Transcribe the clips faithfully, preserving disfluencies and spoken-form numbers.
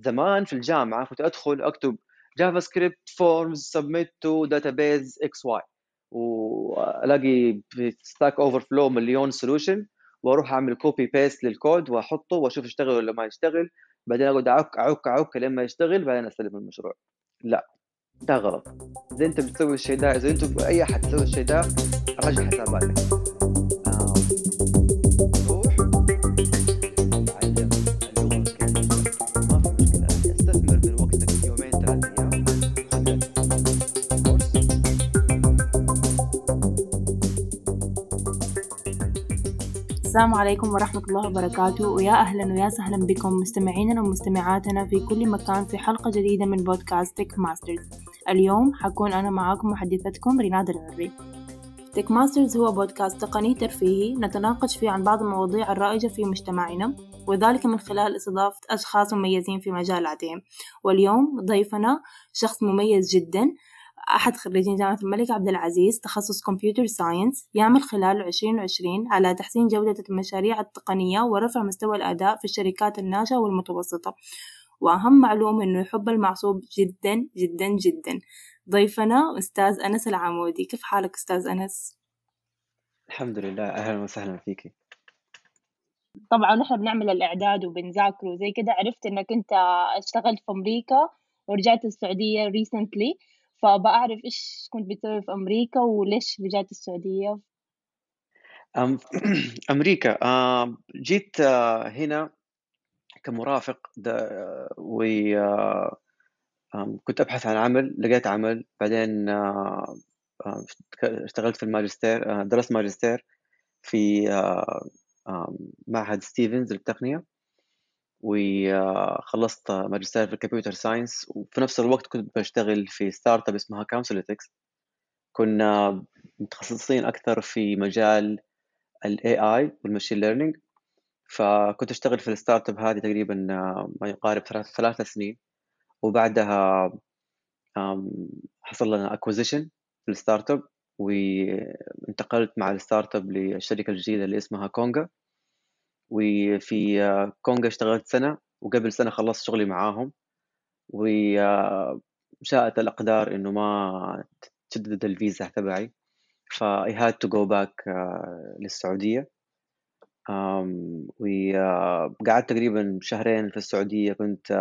زمان في الجامعة كنت أدخل أكتب جافا سكريبت فورمز سبميت تو داتابيز اكس واي، والاقي في ستاك اوفر فلو مليون سولوشن، واروح اعمل كوبي بيست للكود واحطه واشوف يشتغل ولا ما يشتغل، بعدين اقعد اعك اعك اعك لين ما يشتغل، بعدين استلم المشروع. لا، ده غلط. اذا انت بتسوي الشيء ده، اذا انتم اي احد يسوي الشيء ده، راجع حساباتك. آم، روح تعلم اللغة كيف تستخدم، ما في مشكلة. استثمر من وقتك يومين ثلاث أيام، خذ لك كورس. السلام عليكم ورحمة الله وبركاته، ويا أهلا ويا سهلا بكم مستمعينا ومستمعاتنا في كل مكان في حلقة جديدة من بودكاست تك ماسترز. اليوم حكون أنا معاكم محدثتكم ريناد العربي. تك ماسترز هو بودكاست تقني ترفيهي نتناقش فيه عن بعض المواضيع الرائجة في مجتمعنا، وذلك من خلال استضافة أشخاص مميزين في مجالاتهم. واليوم ضيفنا شخص مميز جدا، أحد خريجين جامعة الملك عبد العزيز، تخصص كمبيوتر ساينس، يعمل خلال عشرين عشرين على تحسين جودة المشاريع التقنية ورفع مستوى الأداء في الشركات الناشئة والمتوسطة، وأهم معلومة أنه يحب المعصوب جدا جدا جدا. ضيفنا أستاذ أنس العمودي. كيف حالك أستاذ أنس؟ الحمد لله، أهلا وسهلا فيك. طبعا نحن بنعمل الإعداد وبنذاكر وزي كده، عرفت إنك أنت اشتغلت في أمريكا ورجعت السعودية recently، فبأعرف إيش كنت بتسوي في أمريكا وليش رجعت السعودية. أم أمريكا، آم، جيت آه، هنا كمرافق، وكنت أبحث عن عمل، لقيت عمل. بعدين آه، آه، اشتغلت في الماجستير، آه، درست ماجستير في آه، آم، معهد ستيفنز للتقنية، وخلصت ماجستير في الكمبيوتر ساينس. وفي نفس الوقت كنت بشتغل في ستارت اب اسمها كونسوليتكس. كنا متخصصين أكثر في مجال ال إيه آي والماشين ليرنينج. فكنت أشتغل في الستارت اب هذه تقريبا آه، ما يقارب ثلاث ثلاث سنين. وبعدها آم، حصل لنا اكوزيشن في الستارت اب، وانتقلت مع الستارت اب للشركة الجديدة اللي اسمها كونغا. وفي آه، كونغا اشتغلت سنة، وقبل سنة خلصت شغلي معاهم. وشاءت الأقدار إنه ما تجدد الفيزا تبعي، ف I had to go back آه، للسعودية. آم، وقعدت تقريبا شهرين في السعودية. كنت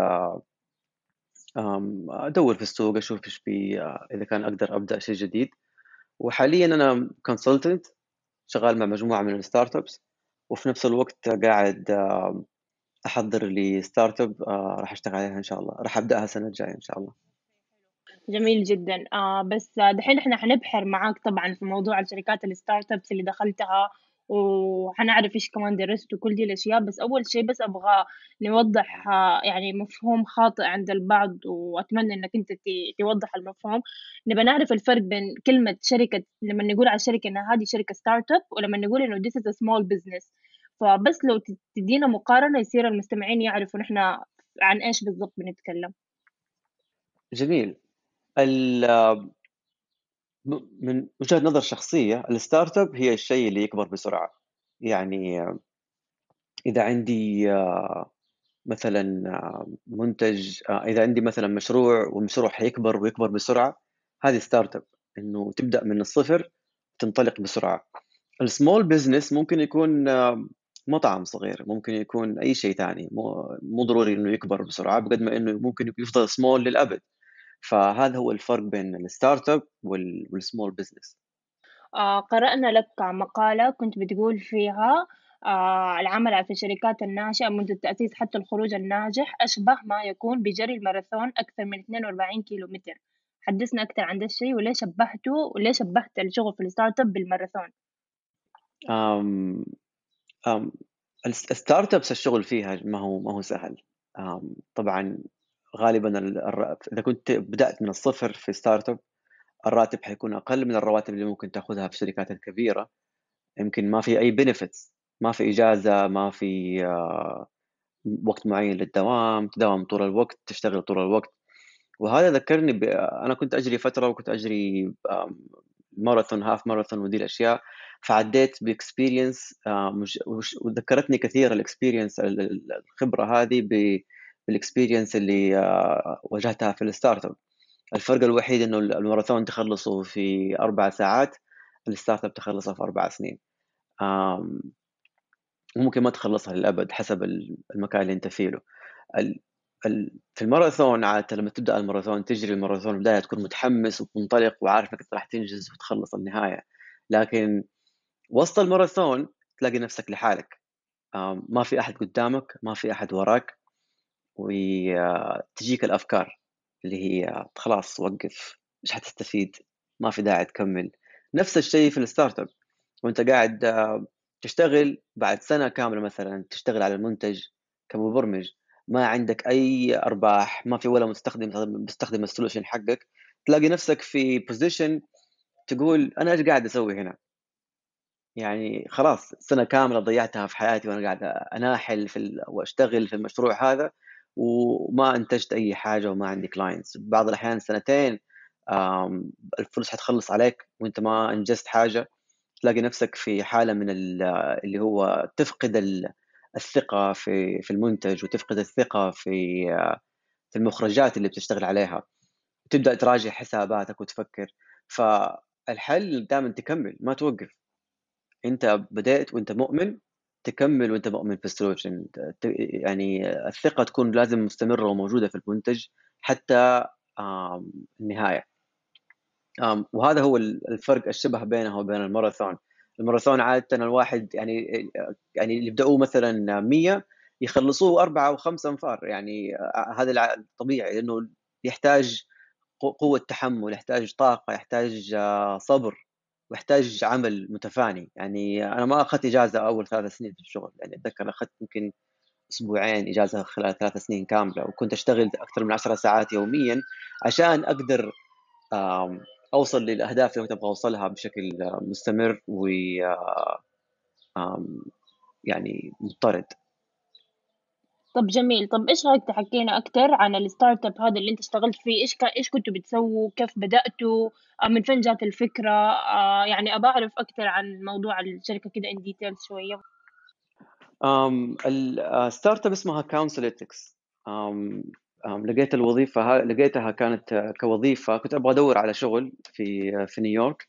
آم، أدور في السوق أشوف إيش في، آه، إذا كان أقدر أبدأ شيء جديد. وحاليا أنا كونسلتنت شغال مع مجموعة من الستارت ابس، وفي نفس الوقت قاعد آه، أحضر لي ستارت اب آه، راح أشتغل عليها إن شاء الله، راح أبدأها السنة الجاية إن شاء الله. جميل جدا. آه بس آه، دحين احنا حنبحر معاك طبعا في موضوع الشركات الستارت ابس اللي دخلتها، وحنعرف ايش كمان درست وكل دي الاشياء. بس اول شيء بس ابغى نوضح آه يعني مفهوم خاطئ عند البعض، واتمنى انك انت ت- توضح المفهوم. نبقى نعرف الفرق بين كلمة شركة، لما نقول على الشركة انها هذه شركة ستارت اب، ولما نقول انه this is a small business. فبس لو ت- تدينا مقارنة يصير المستمعين يعرفوا نحن عن ايش بالضبط بنتكلم. جميل. ال- م- من وجهة نظر شخصية، الستارت اب هي الشيء اللي يكبر بسرعة. يعني آه، إذا عندي آه، مثلا آه، منتج، آه، إذا عندي مثلا مشروع ومشروع حيكبر ويكبر بسرعة، هذه ستارت اب. إنه تبدأ من الصفر، تنطلق بسرعة. السمول بزنس ممكن يكون آه، مطعم صغير، ممكن يكون أي شيء ثاني، مو مو ضروري إنه يكبر بسرعة، بقد ما إنه ممكن يفضل سمول للأبد. فهذا هو الفرق بين الستارت اب والسمول بزنس. آه، قرأنا لك مقالة كنت بتقول فيها آه، العمل في الشركات الناشئة منذ التأسيس حتى الخروج الناجح أشبه ما يكون بجري الماراثون أكثر من اثنين وأربعين كيلو متر. حدثنا أكثر عن ده الشيء، وليش شبهته وليش شبهت الشغل في الستارت اب بالماراثون. أم أم الستارت ابس الشغل فيها ما هو ما هو سهل. أم طبعا غالبا ال- الر- إذا كنت بدأت من الصفر في ستارت اب، الراتب حيكون أقل من الرواتب اللي ممكن تاخذها في الشركات الكبيرة. يمكن ما في أي بنفيتس، ما في إجازة، ما في آه، وقت معين للدوام، تداوم طول الوقت، تشتغل طول الوقت. وهذا ذكرني ب... أنا كنت أجري فترة، وكنت أجري آم، ماراثون، هاف ماراثون، ودي الأشياء. فعديت بإكسبيرينس، وذكرتني كثير الإكسبيرينس، الخبرة هذه، بالاكسبيرينس اللي آه، واجهتها في الستارت اب. الفرق الوحيد انه الماراثون تخلصه في اربع ساعات، الستارت اب تخلصها في اربع سنين. آم، وممكن ما تخلصها للابد حسب المكان اللي انت فيه له. ال... ال... في الماراثون عادة لما تبدأ الماراثون تجري الماراثون بداية تكون متحمس ومنطلق وعارف انك راح تنجز وتخلص النهاية. لكن وسط الماراثون تلاقي نفسك لحالك، آم، ما في أحد قدامك، ما في أحد وراك، وتجيك الأفكار اللي هي خلاص وقف، مش حتستفيد، ما في داعي تكمل. نفس الشيء في الستارت اب، وانت قاعد آه، تشتغل بعد سنة كاملة مثلا تشتغل على المنتج كمبرمج، ما عندك أي أرباح، ما في ولا مستخدم بيستخدم السولوشن حقك، تلاقي نفسك في بوزيشن تقول أنا إيش قاعد أسوي هنا؟ يعني خلاص سنة كاملة ضيعتها في حياتي وأنا قاعد أناحل في ال... وأشتغل في المشروع هذا، وما أنتجت أي حاجة وما عندي كلاينتس. بعض الأحيان سنتين آم، الفلوس حتخلص عليك وأنت ما أنجزت حاجة. تلاقي نفسك في حالة من ال- اللي هو تفقد ال- الثقة في في المنتج، وتفقد الثقة في في المخرجات اللي بتشتغل عليها، تبدأ تراجع حساباتك وتفكر. فالحل دائما تكمل ما توقف. انت بدأت وانت مؤمن، تكمل وانت مؤمن في السولوشن. ت- يعني الثقة تكون لازم مستمرة وموجودة في المنتج حتى آم، النهاية. آم، وهذا هو ال- الفرق الشبه بينه وبين الماراثون. الماراثون عادة الواحد يعني يعني اللي يبدأوه مثلا مية يخلصوه أربعة أو خمسة أنفار، يعني آه، هذا الع- الطبيعي، لأنه يحتاج قو- قوة تحمل، يحتاج طاقة، يحتاج آه، صبر، ويحتاج عمل متفاني. يعني أنا ما أخذت إجازة أول ثلاث سنين في الشغل، يعني أتذكر أخذت يمكن أسبوعين إجازة خلال ثلاث سنين كاملة، وكنت أشتغل أكثر من عشر ساعات يوميا عشان أقدر آم، أوصل للأهداف اللي كنت أبغى أوصلها بشكل آه، مستمر و آم، يعني مضطرد. طب جميل. طب ايش رايك تحكينا اكتر عن الستارت اب هذا اللي انت اشتغلت فيه؟ ايش كا ايش كنتوا بتسووا؟ كيف بدأتوا؟ آه، من فين جات الفكرة؟ آه، يعني ابى اعرف اكتر عن موضوع الشركة كده ان ديتيلز شوية. آم، الستارت اب اسمها كونسلتكس. لقيت الوظيفة ها لقيتها كانت آه، كوظيفة، كنت أبغى أدور على شغل في آه، في نيويورك.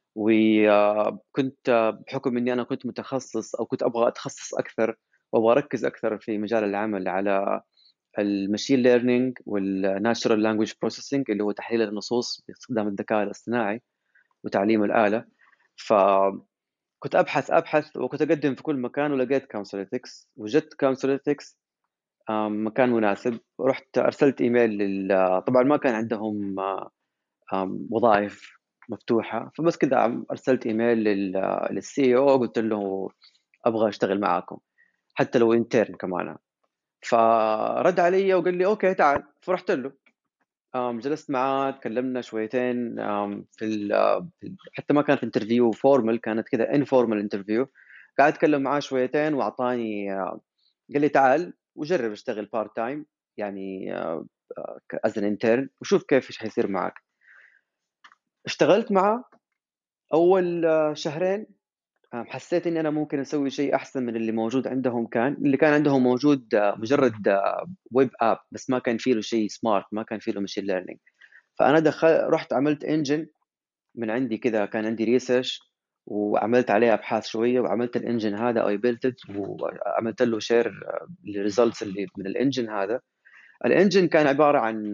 وكنت بحكم اني انا كنت متخصص او كنت ابغى اتخصص اكثر وابغى اركز اكثر في مجال العمل على المشين ليرنينج والناتشرال لانجويج بروسيسنج، اللي هو تحليل النصوص باستخدام الذكاء الاصطناعي وتعليم الآلة. فكنت ابحث ابحث وكنت اقدم في كل مكان، ولقيت كونسلتكس، وجدت كونسلتكس مكان مناسب. رحت ارسلت ايميل لل... طبعا ما كان عندهم آم، وظائف مفتوحة، فبس كده عم- أرسلت إيميل للسي او، قلت له أبغى أشتغل معاكم حتى لو انترن كمان. فرد علي وقال لي أوكي تعال. فرحت له، آم، جلست معاه تكلمنا شويتين. آم، في ال في ال- حتى ما كانت انترفيو فورمال، كانت كده انفورمال انترفيو. قاعد أتكلم معاه شويتين وأعطاني آه، قال لي تعال وجرب اشتغل بارت تايم، يعني از ان انترن، وشوف كيف ايش حيصير معك. اشتغلت معاه أول آه، شهرين. آه، حسيت إني أنا ممكن أسوي شيء أحسن من اللي موجود عندهم. كان اللي كان عندهم موجود آه، مجرد ويب آب، بس ما كان فيه له شيء سمارت، ما كان فيه له ماشين ليرنينج. فأنا دخل رحت عملت انجن من عندي كذا، كان عندي ريسيرش وعملت عليه أبحاث شوية، وعملت الانجن هذا اي بيلت وعملت له شير الريزلتس اللي من الانجن هذا. الانجن كان عبارة عن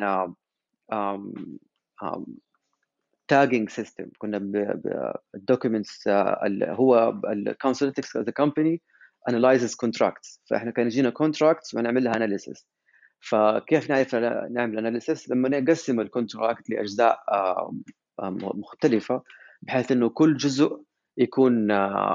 تاجنج سيستم. كنا الدوكيومنتس هو الكونسلتكس ذا كومباني انالايزز كونتراكتس، فاحنا كان يجينا كونتراكتس ونعمل لها اناليسيس. فكيف نعرف نعمل اناليسيس؟ لما نقسم الكونتراكت لاجزاء آه، آه، مختلفه، بحيث انه كل جزء يكون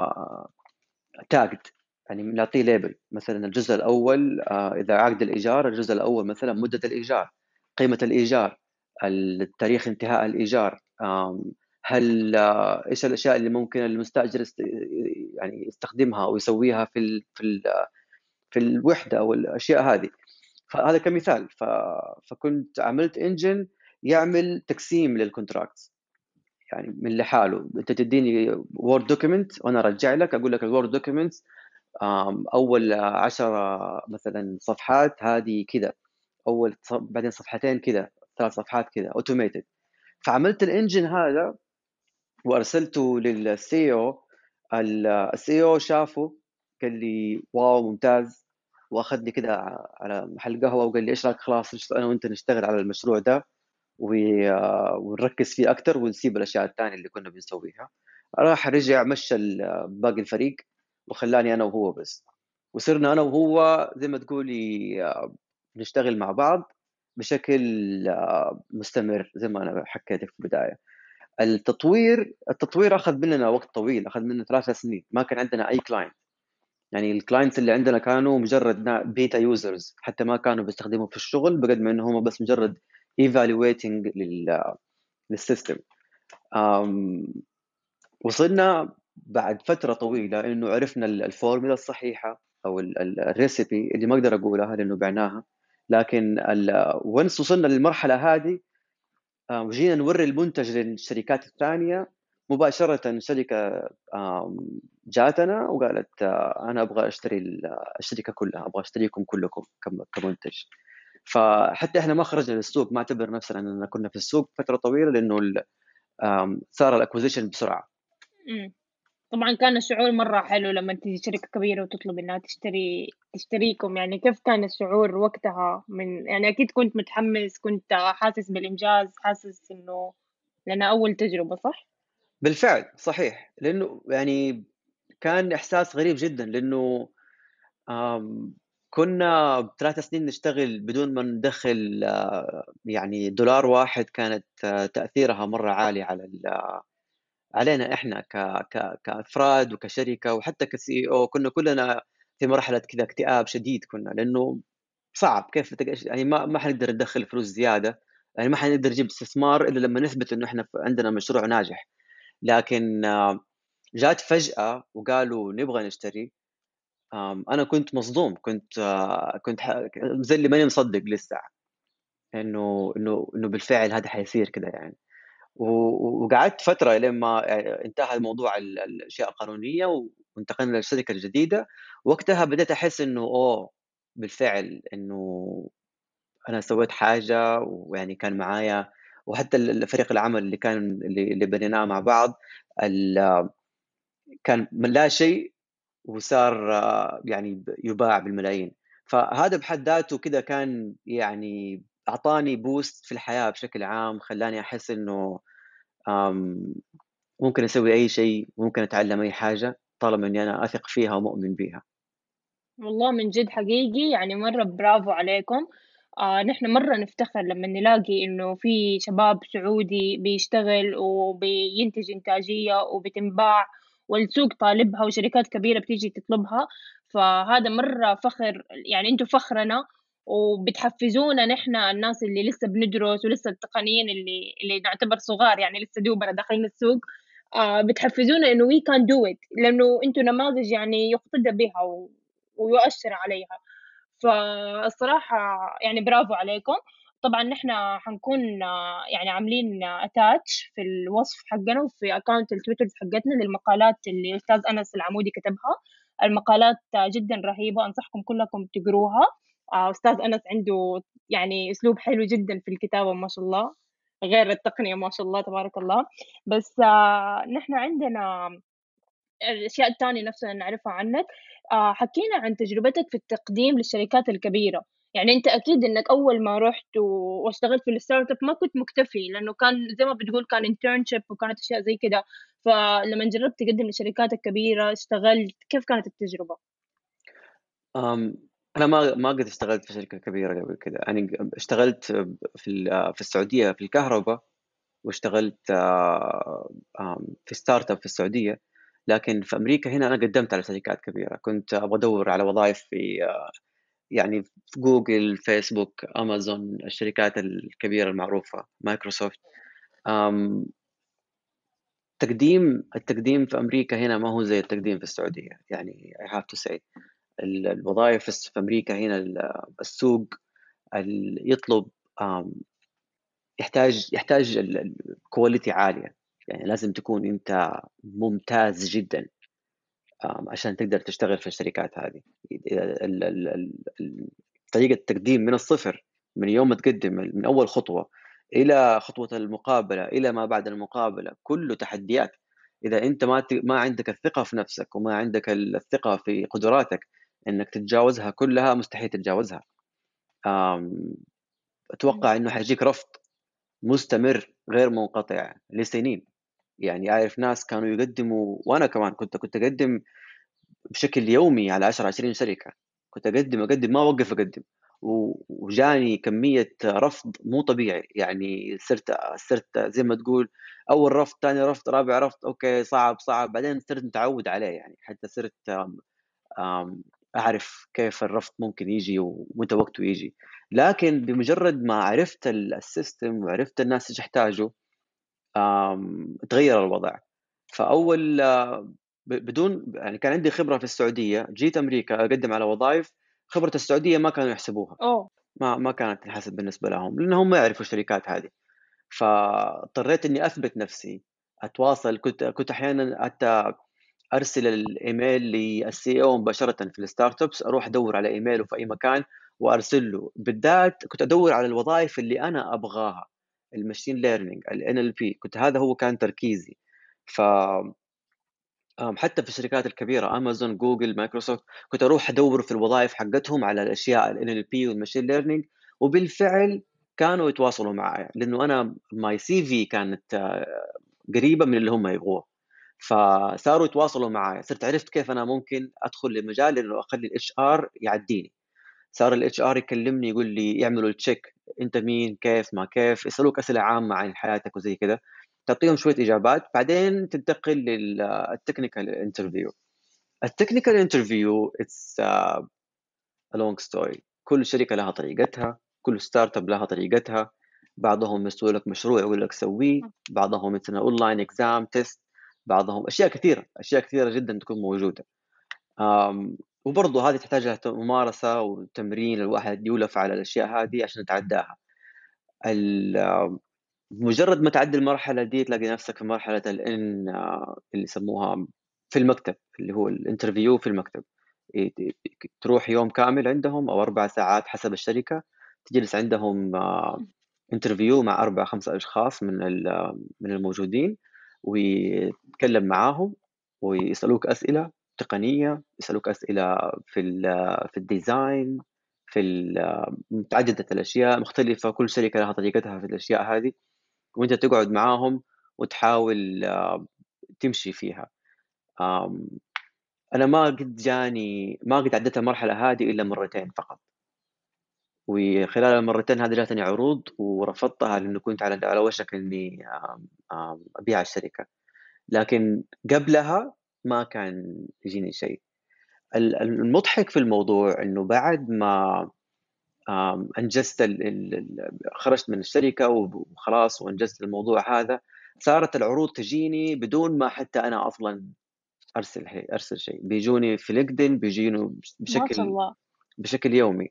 تاجد، يعني نعطيه ليبل. مثلا الجزء الاول آه، اذا عقد الايجار، الجزء الاول مثلا مده الايجار، قيمه الايجار، التاريخ انتهاء الايجار، آم، هل آه، ايش الاشياء اللي ممكن المستاجر يست- يعني يستخدمها او يسويها في ال في ال في الوحده او الاشياء هذه. فهذا كمثال. ف... فكنت عملت انجن يعمل تقسيم للكونتراكت، يعني من لحاله. انت تديني وورد دوكيمنت وانا ارجع لك اقول لك الوورد دوكيمنت اول عشر مثلا صفحات هذه كذا، اول ص- بعدين صفحتين كذا، ثلاث صفحات كذا اوتوميتد. فعملت الانجن هذا وارسلته للسي او. السي او شافه، قال لي واو ممتاز، واخذني كده على محل قهوه وقال لي ايش رايك خلاص نشت- انا وانت نشتغل على المشروع ده و- آه، ونركز فيه اكثر ونسيب الاشياء الثانيه اللي كنا بنسويها. راح رجع مشى ال- باقي الفريق وخلاني انا وهو بس، وصرنا انا وهو زي ما تقولي آه، نشتغل مع بعض بشكل آه، مستمر زي ما انا حكيت في البدايه. التطوير التطوير اخذ مننا وقت طويل، اخذ مننا ثلاث سنين، ما كان عندنا اي كلاينت. يعني الكلاينتس اللي عندنا كانوا مجرد بيتا يوزرز، حتى ما كانوا بيستخدموا في الشغل بقد ما انهم بس مجرد ايفالويتنج للسيستم. وصلنا بعد فتره طويله انه عرفنا ال- الفورمولا الصحيحه او الريسبي اللي ما اقدر اقولها لانه بعناها، لكن ونس وصلنا للمرحله هذه آه، وجينا نوري المنتج للشركات الثانيه مباشره. شركه آم، جاتنا وقالت آه، انا ابغى اشتري ال- الشركه كلها، ابغى اشتريكم كلكم كم- كمنتج. فحتى احنا ما خرجنا للسوق، ما اعتبر نفسنا اننا كنا في السوق فتره طويله لانه ال- آم، صار الاكوزيشن بسرعه. مم. طبعا كان الشعور مرة حلو لما تيجي شركة كبيرة وتطلب إنها تشتري تشتريكم. يعني كيف كان الشعور وقتها؟ من يعني أكيد كنت متحمس، كنت حاسس بالإنجاز، حاسس إنه لأنها أول تجربة، صح؟ بالفعل صحيح، لانه يعني كان احساس غريب جدا، لانه آم، كنا بثلاث سنين نشتغل بدون ما ندخل آه، يعني دولار واحد. كانت آه، تأثيرها مرة عالي على ال- علينا احنا ك ك كأفراد وكشركة وحتى كسي او. كنا كلنا في مرحلة كذا اكتئاب شديد، كنا لأنه صعب كيف تق- يعني ما ما حنقدر ندخل فلوس زيادة، يعني ما حنقدر نجيب استثمار إلا لما نثبت إنه احنا عندنا مشروع ناجح. لكن آه، جات فجأة وقالوا نبغى نشتري. آم، انا كنت مصدوم، كنت آه، كنت ح- زي اللي ماني مصدق لسه انه انه انه بالفعل هذا حيصير كده يعني. و- وقعدت فتره لما آه، انتهى موضوع ال- الاشياء القانونيه وانتقلنا للشركه الجديده. وقتها بديت احس انه اوه بالفعل انه انا سويت حاجه، ويعني كان معايا وحتى ال- فريق العمل اللي كان اللي اللي بنيناه مع بعض ال- كان من لا شيء وصار آه، يعني ب- يباع بالملايين. فهذا بحد ذاته كده كان يعني أعطاني بوست في الحياة بشكل عام، خلاني أحس إنه آم، ممكن أسوي أي شيء، ممكن أتعلم أي حاجة طالما إني أنا أثق فيها ومؤمن بيها. والله من جد حقيقي يعني مرة برافو عليكم. آه نحن مرة نفتخر لما نلاقي إنه في شباب سعودي بيشتغل وبينتج إنتاجية وبتنباع والسوق طالبها وشركات كبيرة بتيجي تطلبها. فهذا مرة فخر، يعني انتوا فخرنا وبتحفزونا نحن الناس اللي لسه بندرس ولسه التقنيين اللي اللي نعتبر صغار، يعني لسه دوبنا داخلين السوق. آه بتحفزونا انه we can do it، لانه انتوا نماذج يعني يقتدى بها و- ويؤشر عليها. فالصراحة يعني برافو عليكم. طبعا نحن حنكون آه، يعني عاملين اتاتش في الوصف حقنا وفي اكونت التويتر حقتنا للمقالات اللي استاذ انس العمودي كتبها. المقالات آه، جدا رهيبة، انصحكم كلكم تقروها. آه، استاذ انس عنده يعني اسلوب حلو جدا في الكتابة ما شاء الله، غير التقنية ما شاء الله تبارك الله. بس آه، نحن عندنا الأشياء التانية نفسها نعرفها عنك. آه، حكينا عن تجربتك في التقديم للشركات الكبيرة. يعني أنت أكيد إنك أول ما رحت و- واشتغلت في الستارت اب ما كنت مكتفي، لأنه كان زي ما بتقول كان internship وكانت أشياء زي كده. فلما جربت تقدم للشركات الكبيرة اشتغلت، كيف كانت التجربة؟ آم، أنا ما ما قد اشتغلت في شركة كبيرة قبل كده. أنا اشتغلت في ال- في السعودية في الكهرباء، واشتغلت آه، آم، في ستارت اب في السعودية. لكن في أمريكا هنا أنا قدمت على شركات كبيرة، كنت أبغى أدور على وظائف في يعني في جوجل، فيسبوك، امازون، الشركات الكبيره المعروفه، مايكروسوفت. أم، تقديم التقديم في امريكا هنا ما هو زي التقديم في السعوديه، يعني I have to say. ال- الوظائف في امريكا هنا ال- السوق ال- يطلب أم، يحتاج يحتاج الكواليتي عاليه، يعني لازم تكون انت ممتاز جدا أم، عشان تقدر تشتغل في الشركات هذه. ال- ال- ال- ال- طريقه التقديم من الصفر من يوم ما تقدم، من أول خطوة إلى خطوة المقابلة إلى ما بعد المقابلة، كله تحديات. إذا أنت ما ت ما عندك الثقة في نفسك وما عندك ال الثقة في قدراتك إنك تتجاوزها كلها، مستحيل تتجاوزها. آمم، مم. أتوقع إنه حيجيك رفض مستمر غير منقطع لسنين. يعني أعرف ناس كانوا يقدموا، وأنا كمان كنت كنت أقدم بشكل يومي على عشرة، عشرين شركة. كنت أقدم، أقدم ما أوقف أقدم، و- وجاني كمية رفض مو طبيعي. يعني صرت صرت زي ما تقول، أول رفض، ثاني رفض، رابع رفض، أوكي صعب صعب، بعدين صرت متعود عليه. يعني حتى صرت آم، آم، أعرف كيف الرفض ممكن يجي ومتى وقته يجي. لكن بمجرد ما عرفت ال- السيستم وعرفت الناس ايش يحتاجوا، آمم، تغيّر الوضع. فأول آه، ب بدون يعني كان عندي خبرة في السعودية، جيت أمريكا أقدّم على وظايف، خبرة السعودية ما كانوا يحسبوها، أوه. ما ما كانت تنحسب بالنسبة لهم، لأنهم ما يعرفوا الشركات هذه. فاضطريت إني أثبت نفسي، أتواصل. كنت كنت أحيانًا حتى أرسل الإيميل للCEO مباشرةً في الstartups، أروح أدوّر على إيميله في أي مكان وأرسل له. بالذات كنت أدوّر على الوظايف اللي أنا أبغاها، الmachine learning، الإن إل بي، كنت هذا هو كان تركيزي. ف آمم، حتى في الشركات الكبيرة أمازون، جوجل، مايكروسوفت، كنت أروح أدوّر في الوظايف حقتهم على الأشياء الإن إل بي والmachine learning، وبالفعل كانوا يتواصلوا معايا، لإنه أنا my سي في كانت آه، قريبة من اللي هم يبغوه. فصاروا يتواصلوا معايا، صرت عرفت كيف أنا ممكن أدخل لمجال إنه أخلّي الإتش آر يعدّيني. صار الإتش آر يكلمني يقول لي يعملوا الcheck، أنت مين، كيف، ما كيف، يسألوك أسئلة عامة عن حياتك وزي كذا، تعطيهم شوية إجابات، بعدين تنتقل لل الtechnical interview. الtechnical interview it's a long story. كل شركة لها طريقتها، كل startup لها طريقتها. بعضهم يسوي لك مشروع يقول لك سويه، بعضهم مثلًا online exam test، بعضهم أشياء كثيرة، أشياء كثيرة جدًا تكون موجودة. آمم، وبرضه هذه تحتاج لها ت ممارسة وتمرين، الواحد يولف على الأشياء هذه عشان يتعداها. ال مجرد ما تعدّي المرحلة دي تلاقي نفسك في مرحلة الإن اللي يسموها في المكتب، اللي هو الinterview في المكتب. آآ ت ك تروح يوم كامل عندهم أو أربع ساعات حسب الشركة، تجلس عندهم interview مع أربعة، خمسة أشخاص من ال من الموجودين، وتتكلم معاهم ويسألوك أسئلة تقنية، يسألوك أسئلة في ال في الdesign، في ال متعددة الأشياء مختلفة، كل شركة لها طريقتها في الأشياء هذه. وأنت تقعد معاهم وتحاول آه، تمشي فيها. آمم، أنا ما قد جاني ما قد عدّيت المرحلة هذه إلا مرتين فقط، وخلال المرتين هذه جاتني عروض ورفضتها لإنه كنت على على وشك إني آمم، آمم، أبيع الشركة. لكن قبلها ما كان يجيني شيء. ال ال المضحك في الموضوع إنه بعد ما آمم، أنجزت ال ال ال خرجت من الشركة وب وخلاص وأنجزت الموضوع هذا، صارت العروض تجيني بدون ما حتى أنا أصلًا أرسل ه أرسل شيء، بيجوني في LinkedIn، بيجينوا بش ما شاء بشكل الله. بشكل يومي.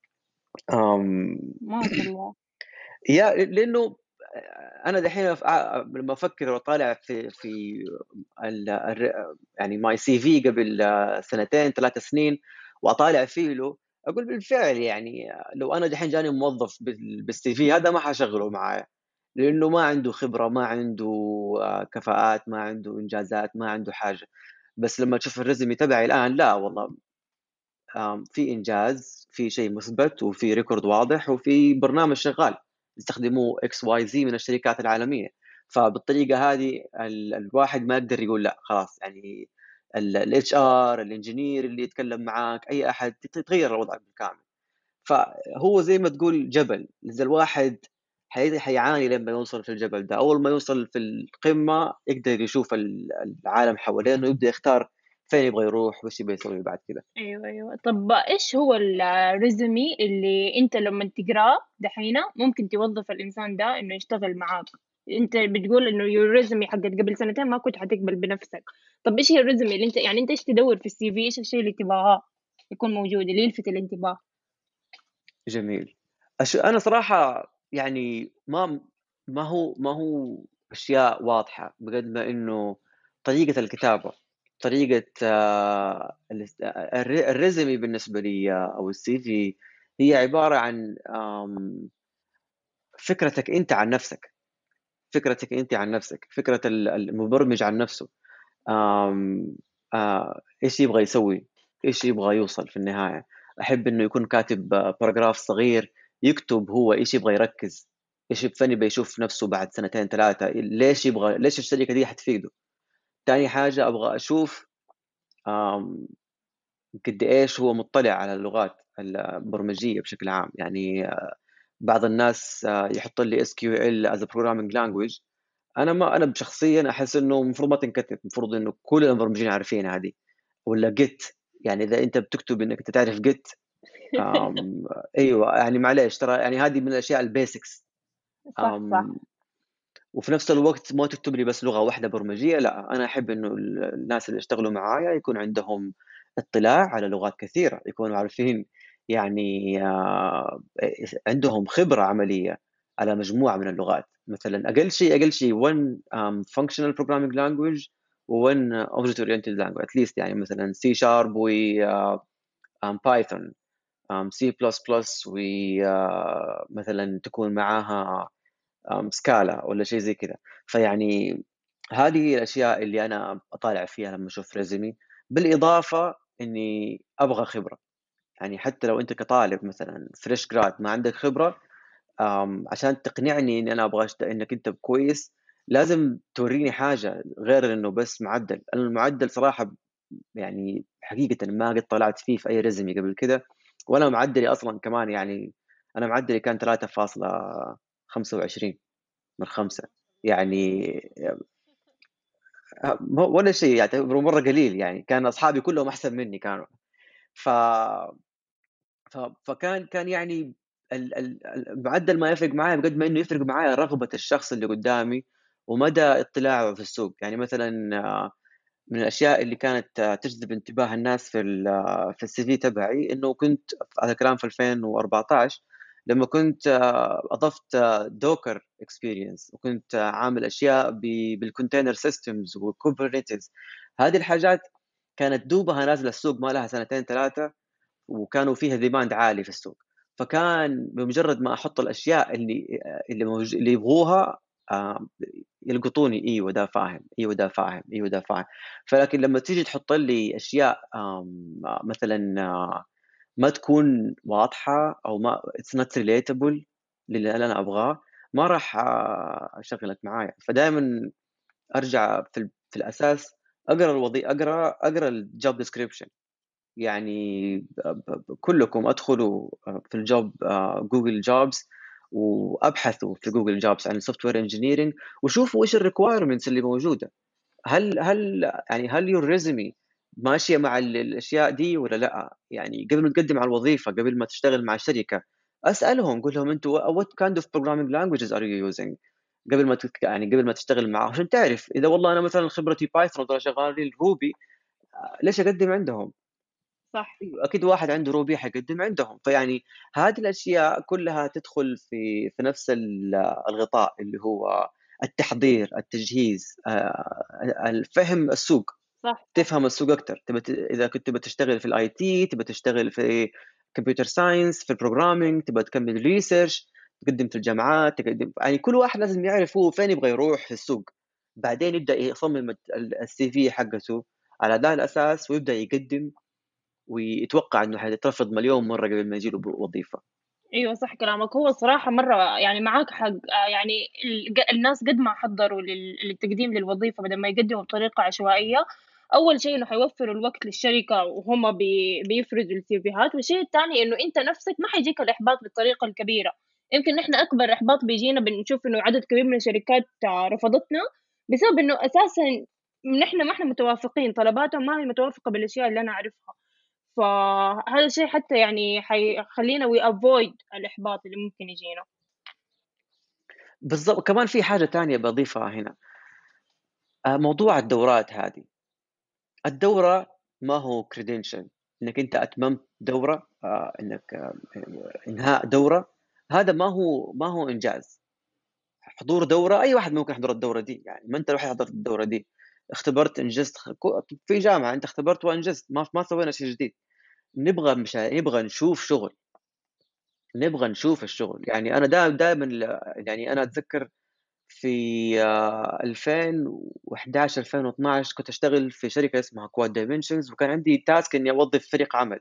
آمم، ما شاء الله. يا لإنه أنا دحين ف أ لمّا أفكر وأطالع في في ال الر يعني my سي في قبل سنتين، ثلاث سنين، وأطالع فيه له، أقول بالفعل يعني لو أنا دحين جاني موظف بال بالسي في هذا ما حاشغله معايا، لإنه ما عنده خبرة، ما عنده آآ كفاءات، ما عنده إنجازات، ما عنده حاجة. بس لمّا تشوف الresume تبعي الآن، لا والله، آمم، في إنجاز، في شيء مُثبت، وفي record واضح، وفي برنامج شغال يستخدموه إكس واي زد من الشركات العالمية. فبالطريقة هذه ال الواحد ما يقدر يقول لأ خلاص. يعني ال الHR الengineer اللي يتكلم معاك، أي أحد، ت تغيّر الوضع بالكامل. فهو زي ما تقول جبل، إذا الواحد حي حيعاني لمّا يوصل في الجبل ده. أول ما يوصل في القمة يقدر يشوف ال العالم حوالينه، يبدأ يختار فين يبغى يروح وإيش يبغى يسوي بعد كده. أيوه، أيوه. طب إيش هو الresume اللي أنت لمّا تقراه دحينة ممكن توظّف الإنسان ده إنه يشتغل معاك؟ أنت بتقول إنه الresume حقت قبل سنتين ما كنت حتقبل بنفسك. طب إيش هي الresume اللي أنت يعني أنت إيش تدوّر في الCV، إيش الشيء اللي تبغاه يكون موجود اللي يلفت الانتباه؟ جميل. أش أنا صراحة يعني ما ما هو ما هو أشياء واضحة بقد ما إنه طريقة الكتابة، طريقة آآ الاس الر الresume بالنسبة لي أو الCV هي عبارة عن آم، فكرتك أنت عن نفسك، فكرتك أنت عن نفسك، فكرة ال- المبرمج عن نفسه. آم، آه، إيش يبغى يسوي، إيش يبغى يوصل في النهاية. أحب إنه يكون كاتب باراجراف صغير، يكتب هو إيش يبغى يركز، إيش فين يبغى يشوف نفسه بعد سنتين ثلاثة، ليش يبغى، ليش الشركة دي حتفيده. تاني حاجة أبغى أشوف آم، قد إيش هو مطلع على اللغات البرمجية بشكل عام. يعني بعض الناس آه، يحط لي اس كيو ال as a programming language. انا ما انا شخصيا احس انه المفروض ما تنكتب، المفروض انه كل المبرمجين عارفين هذه. ولا جيت، يعني اذا انت بتكتب انك انت تعرف جيت. ايوه يعني معليش ترى، يعني هذه من الاشياء البيسكس. صح صح. وفي نفس الوقت ما تكتب لي بس لغة واحدة برمجية، لا، أنا أحب إنه ال الناس اللي يشتغلوا معايا يكون عندهم اطلاع على لغات كثيرة، يكونوا عارفين يعني آآ عندهم خبرة عملية على مجموعة من اللغات. مثلًا أقل شيء أقل شيء واحد آمم functional programming language و1 object oriented language at least، يعني مثلًا C sharp و آآ آمم Python، آمم C++ و آآ مثلًا تكون معاها آمم scala والّا شيء زي كذا. فيعني هذه هي الأشياء اللي أنا أطالع فيها لمّا أشوف resume، بالإضافة إني أبغى خبرة. يعني حتى لو أنت كطالب مثلًا fresh grad ما عندك خبرة، آمم، عشان تقنعني إني أنا أبغى أشت إنك أنت كويس، لازم تورّيني حاجة غير إنه بس معدّل. أنا المعدّل صراحة ب يعني حقيقةً ما قد طلعت فيه في أي resume قبل كده، وأنا معدّلي أصلًا كمان يعني أنا معدّلي كان ثلاثة فاصلة خمسة وعشرين من خمسة، يعني أ ما هو ولا شيء، يعتبره مرّة قليل يعني، كان أصحابي كلّهم أحسن منّي كانوا. ف ف فكان كان يعني ال ال ال المعدّل ما يفرق معايا بقد ما إنه يفرق معايا رغبة الشخص اللي قدّامي ومدى اطلاعه في السوق. يعني مثلًا آه، من الأشياء اللي كانت آه، تجذب انتباه الناس في ال في الCV تبعي، إنه كنت هذا الكلام في ألفين وأربعتاشر لمّا كنت آه، أضفت Docker experience، وكنت آه، عامل أشياء ب بالcontainer systems وkubernetes. هذه الحاجات كانت دوبها نازلة السوق ما لها سنتين ثلاثة، وكانوا فيها demand عالي في السوق. فكان بمجرد ما أحط الأشياء اللي اللي موج اللي يبغوها آآ يلقطوني، أيوه ده فاهم، أيوه ده فاهم، أيوه ده فاهم. فلكن لمّا تيجي تحط لي أشياء آمم مثلًا آه، ما تكون واضحة أو ما it's not relatable للي أنا أبغاه، ما راح آه، أشغّلك معايا. فدايمًا أرجع في ال في الأساس أقرا الوظي أقرا أقرا الjob description. يعني ب ب ب كلّكم ادخلوا آآ في الjob آآ Google jobs، وابحثوا في Google jobs عن الsoftware engineering، وشوفوا إيش الrequirements اللي موجودة. هل هل يعني هل your resume ماشية مع ال الأشياء دي والّا لأ؟ يعني قبل ما تقدّم على الوظيفة، قبل ما تشتغل مع شركة، اسألهم قُل لهم أنتم what kind of programming languages are you using قبل ما تك يعني قبل ما تشتغل معاهم، عشان تعرف إذا والله أنا مثلًا خبرتي Python وترى شغّالين Ruby، ليش أقدّم عندهم؟ صح. أيوه، أكيد واحد عنده روبي حيقدّم عندهم. فيعني هذه الأشياء كلّها تدخل في في نفس ال الغطاء اللي هو التحضير، التجهيز، آآ الفهم السوق، صح صح. تفهم السوق أكتر. تبى ت إذا كنت تبى تشتغل في الآي تي، تبى تشتغل في computer science، في الprogramming، تبى تكمّل research، تقدّم في الجامعات، تقدّم يعني كل واحد لازم يعرف هو فين يبغى يروح في السوق. بعدين يبدأ يصمم الت ال الCV حقته على ده الأساس، ويبدأ يقدّم ويتوقع إنه حيترفض مليون مرّة قبل ما ييجي له ب وظيفة. أيوه صح كلامك، هو الصراحة مرّة يعني معاك حق. آآ يعني الج الناس قد ما حضّروا لل للتقديم للوظيفة بدل ما يقدّموا بطريقة عشوائية، أول شيء إنه حيوفّروا الوقت للشركة وهُم بي بيفرزوا السيفيهات، والشيء التاني إنه أنت نَفْسك ما حيجيك الإحباط بالطريقة الكبيرة. يمكن نحن أكبر إحباط بيجينا بنشوف إنه عدد كبير من الشركات آه، رفضتنا بسبب إنه أساسًا نحن ما إحنا متوافقين، طلباتهم ما هي متوافقة بالأشياء اللي أنا أعرفها. فهذا الشيء حتى يعني حيخلّينا we avoid الإحباط اللي ممكن يجينا. بالضبط. كمان في حاجة تانية باضيفها هنا، آآ موضوع الدورات هذه. الدورة ما هو credential إنك أنت أتممت دورة، آآ إنك آآ إنهاء دورة، هذا ما هو ما هو إنجاز. حضور دورة أي واحد ممكن يحضر الدورة دي، يعني ما أنت الوحيد حضرت الدورة دي. اختبرت، أنجزت، خ ك في جامعة أنت اختبرت وأنجزت، ما ف ما سوينا شيء جديد. نبغى مشا نبغى نشوف شغل. نبغى نشوف الشغل. يعني أنا دائما دائما يعني أنا أتذكر في آه، ألفين وإحدى عشر ألفين واثناشر كنت أشتغل في شركة اسمها كواد دايمنشنز، وكان عندي تاسك إني أوظف فريق عمل.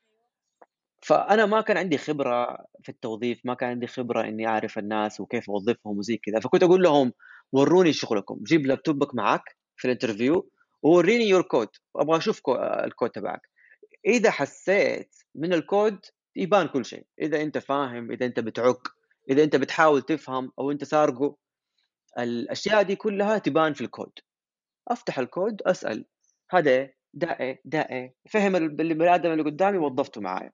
فأنا ما كان عندي خبرة في التوظيف، ما كان عندي خبرة إني أعرف الناس وكيف أوظفهم وزي كذا. فكنت أقول لهم وروني شغلكم، جيب لابتوبك معك في الانترفيو ووريني يور كود، أبغى أشوف كو- الكود تبعك. إذا حسيت من الكود يبان كل شيء، إذا أنت فاهم، إذا أنت بتعك، إذا أنت بتحاول تفهم أو أنت سارقه، الأشياء دي كلها تبان في الكود. أفتح الكود أسأل هذا إيه، ده إيه، ده إيه، فهم البني آدم اللي قدامي وظفته معايا.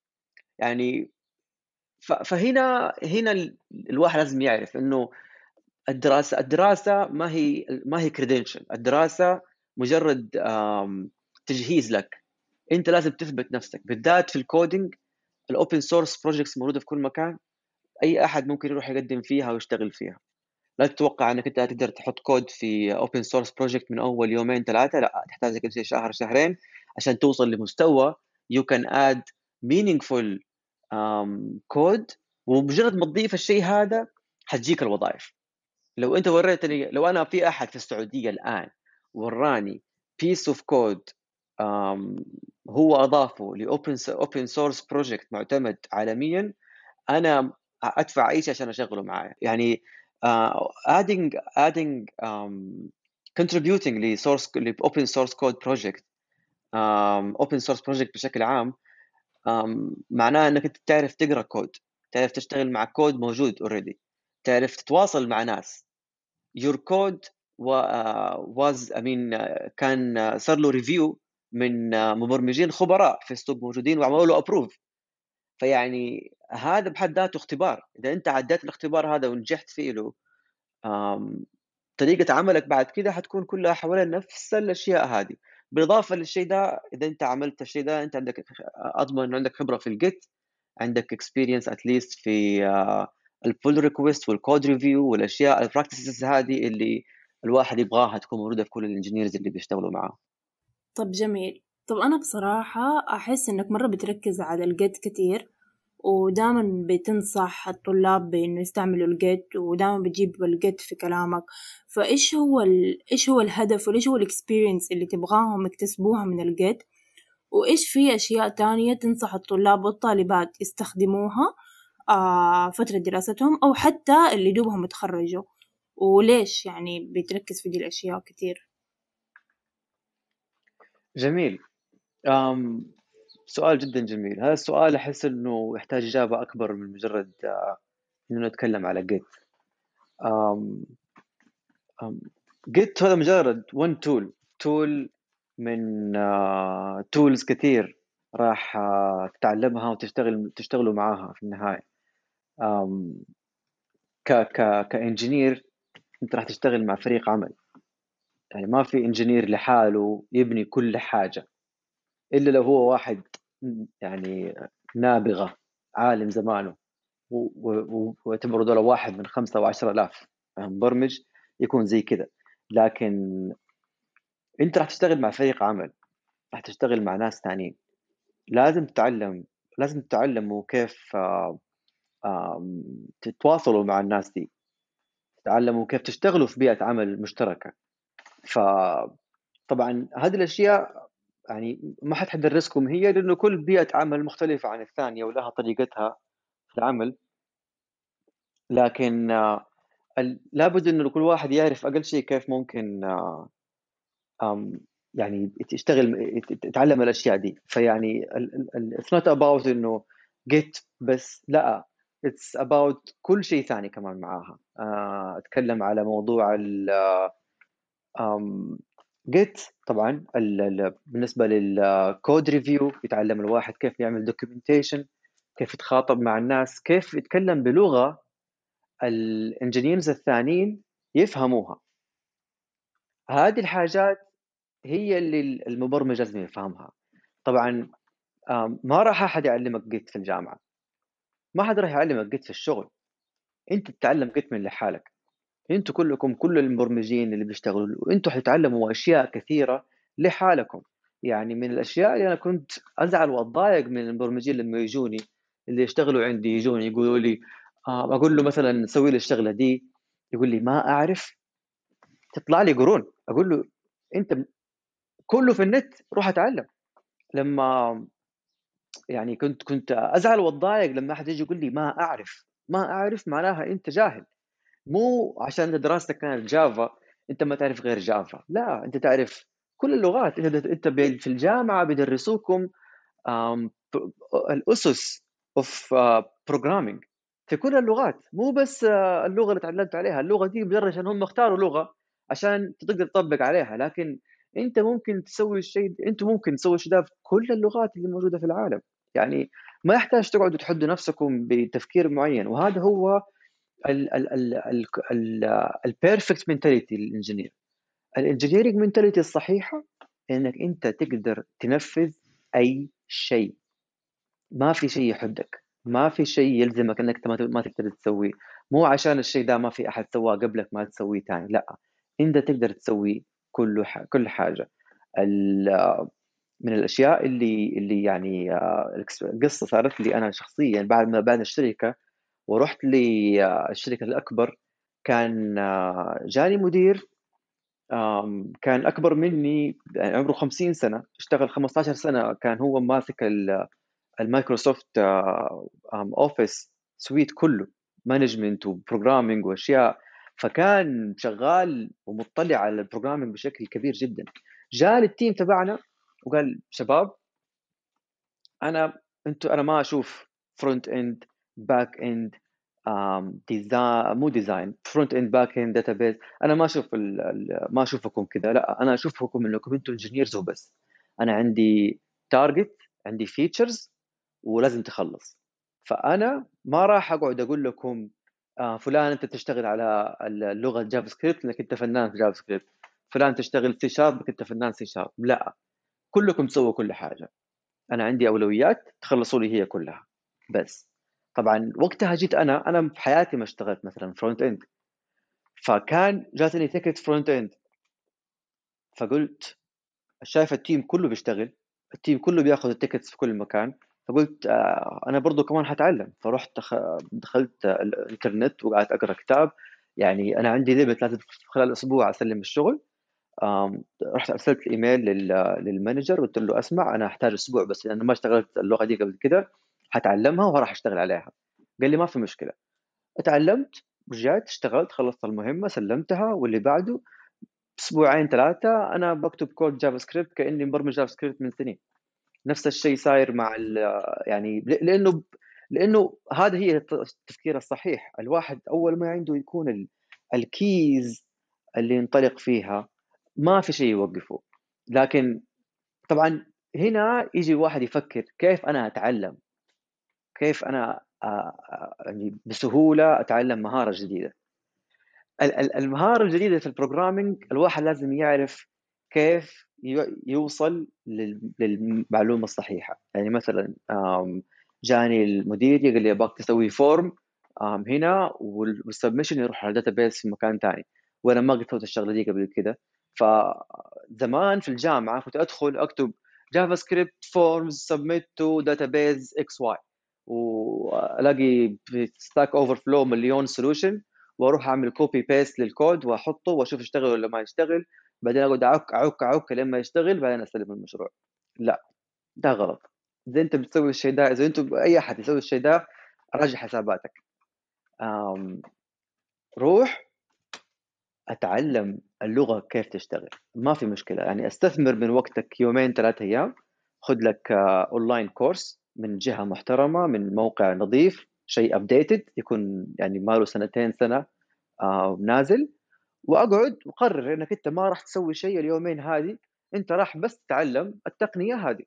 يعني ف فهنا هنا ال الواحد لازم يعرف إنه الدراسة الدراسة ما هي ما هي credential. الدراسة مجرد آمم، تجهيز لك. أنت لازم تثبت نفسك، بالذات في الcoding. الopen source projects موجودة في كل مكان، أي أحد ممكن يروح يقدم فيها ويشتغل فيها. لا تتوقع إنك أنت هتقدر تحط كود في open source project من أول يومين ثلاثة، لأ، تحتاج لك شيء شهر شهرين عشان توصل لمستوى you can add meaningful آمم، code. وبمجرد ما تضيف الشيء هذا حتجيك الوظائف. لو أنت وريتني، لو أنا في أحد في السعودية الآن وراني piece of code آمم، هو أضافه لopen س open source project معتمد عالميًا، أنا أدفع أي شيء عشان أشغّله معايا. يعني آآ adding adding آمم contributing لsource لopen source code project آمم open source project بشكل عام، آمم معناه إنّك أنت تعرف تقرا كود، تعرف تشتغل مع كود موجود already، تعرف تتواصل مع ناس. your code و آآ was I mean آه، كان آه، صار له review من آه، مبرمجين خبراء في السوق موجودين وعملوا له approve. فيعني هذا بحد ذاته اختبار. إذا أنت عدّيت الاختبار هذا ونجحت فيه له، آمم، طريقة عملك بعد كده حتكون كلّها حوالين نفس الأشياء هذه. بالإضافة للشيء ده، إذا أنت عملت الشيء ده أنت عندك خ أضمن إنه عندك خبرة في الGit، عندك experience at least في آآ الpull request والcode review والأشياء الpractices هذه اللي الواحد يبغاها تكون موجودة في كل الengineers اللي بيشتغلوا معاه. طب جميل. طب أنا بصراحة أحس إنك مرة بتركز على الجيت كتير، ودائما بتنصح الطلاب بإنه يستعملوا الجيت، ودائما بتجيب الجيت في كلامك. فإيش هو ال... إيش هو الهدف وإيش هو الإكسبيرينس اللي تبغاهم يكتسبوها من الجيت؟ وإيش في أشياء تانية تنصح الطلاب والطالبات يستخدموها آه فترة دراستهم أو حتى اللي دوبهم يتخرجوا؟ وليش يعني بتركز في دي الأشياء كتير؟ جميل. آمم، سؤال جدًا جميل. هذا السؤال أحس إنه يحتاج إجابة أكبر من مجرد آه، إنه نتكلم على Git. آمم، آمم، Git هذا مجرد one tool tool من آآ tools كتير راح آه، تتعلمها وتشتغل تشتغلوا معاها في النهاية. آمم، ك ك كengineer أنت راح تشتغل مع فريق عمل. يعني ما في engineer لحاله يبني كل حاجة، إلا لو هو واحد م يعني نابغة، عالم زمانه. و و و واعتبروا دول واحد من خمسة أو عشرة آلاف مبرمج يكون زي كذا. لكن أنت راح تشتغل مع فريق عمل، راح تشتغل مع ناس تانيين. لازم تتعلم لازم تتعلموا كيف آه، آم، تتواصلوا مع الناس دي، تتعلموا كيف تشتغلوا في بيئة عمل مشتركة. فطبعا هذه الأشياء يعني ما حد حيدرسكم هي، لأنه كل بيئة عمل مختلفة عن الثانية ولها طريقتها في العمل. لكن آه، ال- لابد إنه كل واحد يعرف أقل شيء كيف ممكن آه، آم، يعني يشتغل يت- يتعلم الأشياء دي. فيعني ال- ال- ال- it's not about إنه get بس، لا، it's about كل شيء ثاني كمان معاها. آه، أتكلم على موضوع ال آم، get طبعا ال- ال- بالنسبة للكود ريفيو يتعلم الواحد كيف يعمل documentation، كيف يتخاطب مع الناس، كيف يتكلم بلغة الانجينيرز الثانيين يفهموها. هذه الحاجات هي اللي المبرمج لازم يفهمها. طبعا آم، ما راح أحد يعلمك جيت في الجامعة، ما حد راح يعلمك جيت في الشغل. أنت تتعلم جيت من لحالك. أنتوا كلكم كل المبرمجين اللي بيشتغلوا وأنتوا حتتعلموا أشياء كثيرة لحالكم. يعني من الأشياء اللي أنا كنت أزعل وأتضايق من المبرمجين لما يجوني اللي يشتغلوا عندي يجوني يقولوا لي آه، اقول له مثلا سوي لي الشغله دي، يقول لي ما اعرف، تطلع لي قرون. اقول له انت كله في النت، روح اتعلم. لما يعني كنت كنت ازعل واتضايق لما احد يجي يقول لي ما اعرف، ما اعرف معناها انت جاهل. مو عشان دراستك كانت جافا انت ما تعرف غير جافا، لا، انت تعرف كل اللغات. انت انت بي- في الجامعه بيدرسوكم آم، ب- الاسس اوف بروجرامينج في كل اللغات، مو بس آه، اللغه اللي تعلمت عليها. اللغه دي مجرد عشان هم اختاروا لغه عشان تقدر تطبق عليها، لكن انت ممكن تسوي الشيء، انت ممكن تسوي الشيء ده في كل اللغات اللي موجوده في العالم. يعني ما يحتاج تقعدوا تحدوا نفسكم بتفكير معين. وهذا هو البيرفكت منتاليتي للانجينير. الانجينيرنج منتاليتي الصحيحه انك انت تقدر تنفذ اي شيء، ما في شيء يحدك، ما في شيء يلزمك انك ما ما تقدر تسويه. مو عشان الشيء ده ما في احد سواه قبلك ما تسويه تاني، لا، انت تقدر تسوي كل ح... كل حاجه. ال... من الاشياء اللي اللي يعني آه، قصه صارت لي انا شخصيا بعد ما بعد الشركه ورحت للشركه الاكبر. كان آه، جاني مدير آم، كان اكبر مني، يعني عمره خمسين سنه، اشتغل خمسة عشر سنه، كان هو ماسك ال- المايكروسوفت آه، آم، اوفيس سويت كله، مانجمنت وبروجرامينج واشياء. فكان شغال ومطلع على البروجرامينج بشكل كبير جدا. جاء للتيم تبعنا وقال شباب، انا انتوا انا ما اشوف فرونت اند، باك اند، ديزاين، مو ديزاين، فرونت اند باك اند داتابيز. انا ما اشوف ال... ال- ما اشوفكم كذا، لا، انا اشوفكم انكم انتوا انجينيرز وبس. انا عندي تارجت، عندي فيتشرز ولازم تخلص. فانا ما راح اقعد اقول لكم آه فلان انت تشتغل على اللغه جافا سكريبت انك انت فنان في جافا سكريبت، فلان تشتغل سي شارب انك انت فنان سي شارب، لا، كلكم تسووا كل حاجه. انا عندي اولويات تخلصوا لي هي كلها بس. طبعا وقتها جيت انا انا في حياتي ما اشتغلت مثلا فرونت اند، فكان جاتني تيكت فرونت اند. فقلت شايف التيم كله بيشتغل، التيم كله بياخذ التيكتس في كل مكان، فقلت آه انا برضو كمان حتعلم. فرحت دخ- دخلت الانترنت وقعدت اقرا كتاب. يعني انا عندي ليميت لازم خلال اسبوع اسلم الشغل. آم، رحت ارسلت ايميل لل- للمانجر، قلت له اسمع انا احتاج اسبوع بس لانه ما اشتغلت اللغه دي قبل كده، حتعلمها وراح اشتغل عليها. قال لي ما في مشكله. اتعلمت، رجعت اشتغلت، خلصت المهمه سلمتها، واللي بعده اسبوعين ثلاثه انا بكتب كود جافا سكريبت كاني مبرمج جافا سكريبت من سنين. نفس الشيء صاير مع ال- يعني ل- لانه لانه هذا هي التفكير الصحيح. الواحد اول ما عنده يكون ال- الكيز اللي ينطلق فيها، ما في شيء يوقفه. لكن طبعا هنا يجي واحد يفكر كيف انا اتعلم، كيف انا آه، آه، يعني بسهوله اتعلم مهاره جديده. ال- ال- المهاره الجديده في البروجرامينج الواحد لازم يعرف كيف ي- يوصل لل- للمعلومه الصحيحه. يعني مثلا آم، جاني المدير قال لي ابغاك تسوي فورم آم، هنا، والسبمشن يروح على الداتابيس في مكان ثاني، وانا ما قد سويت الشغله دي قبل كده. فزمان في الجامعه كنت ادخل اكتب جافا سكريبت فورمز سبميت تو داتابيز اكس واي، والاقي في ستاك اوفر فلو مليون سولوشن، واروح اعمل كوبي بيست للكود واحطه واشوف يشتغل ولا ما يشتغل، بعدين اقعد اعك اعك اعك لين ما يشتغل، بعدين استلم المشروع. لا، ده غلط. اذا انت بتسوي الشيء ده، اذا انت اي احد يسوي الشيء ده، راجع حساباتك. آم، روح اتعلم اللغه كيف تشتغل، ما في مشكله. يعني استثمر من وقتك يومين ثلاثة ايام، خذ لك اونلاين كورس من جهه محترمه، من موقع نظيف، شيء ابديتد يكون يعني ما له سنتين سنه آه نازل، واقعد وقرر انك انت ما راح تسوي شيء اليومين هذه، انت راح بس تتعلم التقنيه هذه.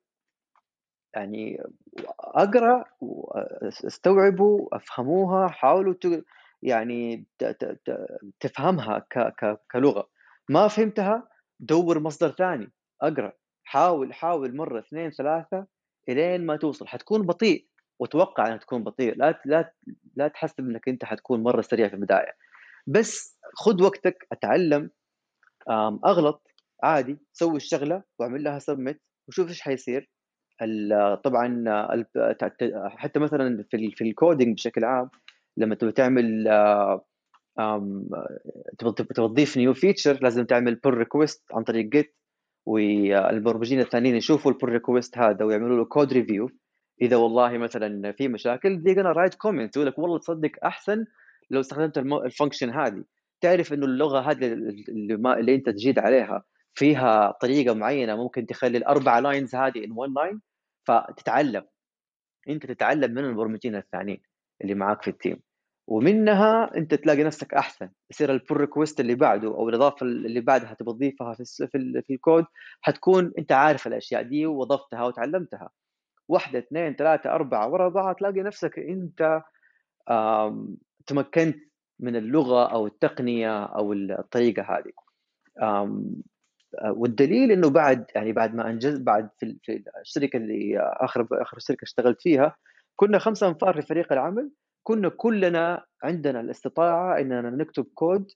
يعني اقرا واستوعبوا افهموها، حاولوا ت... يعني ت... ت... ت... تفهمها ك... ك... كلغه. ما فهمتها، دور مصدر ثاني، اقرا، حاول حاول مره اثنين ثلاثه الين ما توصل. حتكون بطيء وتوقع انك تكون بطيء، لا لا لا تحسب انك انت حتكون مره سريع في البدايه، بس خذ وقتك اتعلم. آم، اغلط عادي، سوي الشغله واعمل لها سبميت وشوف ايش حيصير. ال- طبعا آه، ال- ت- حتى مثلا في ال- في الكودينج بشكل عام، لما تبغى تعمل آم، تبغى تبغى تضيف نيو فيتشر، لازم تعمل بول ريكويست عن طريق جيت، والمبرمجين الثانيين يشوفوا البول ريكويست هذا ويعملوا له كود ريفيو. اذا والله مثلا في مشاكل دي gonna write comment يقول لك والله تصدق احسن لو استخدمت الم- الفانكشن هذه. تعرف انه اللغه هذه اللي, ما اللي انت تجيد عليها فيها طريقه معينه ممكن تخلي الاربع لاينز هذه in one line، فتتعلم، انت تتعلم من المبرمجين الثانيين اللي معاك في التيم، ومنها انت تلاقي نفسك احسن. يصير البول ريكوست اللي بعده او الاضافه اللي بعدها تبغى تضيفها في الس- في, ال- في الكود، حتكون انت عارف الاشياء دي وضفتها وتعلمتها. واحده اثنين ثلاثه اربعه ورا بعض تلاقي نفسك انت آم، تمكنت من اللغه او التقنيه او الطريقه هذه. آم، والدليل انه بعد يعني بعد ما انجز بعد في في الشركه اللي اخر اخر شركه اشتغلت فيها، كنا خمسه انفار في فريق العمل، كنا كلنا عندنا الاستطاعه اننا نكتب كود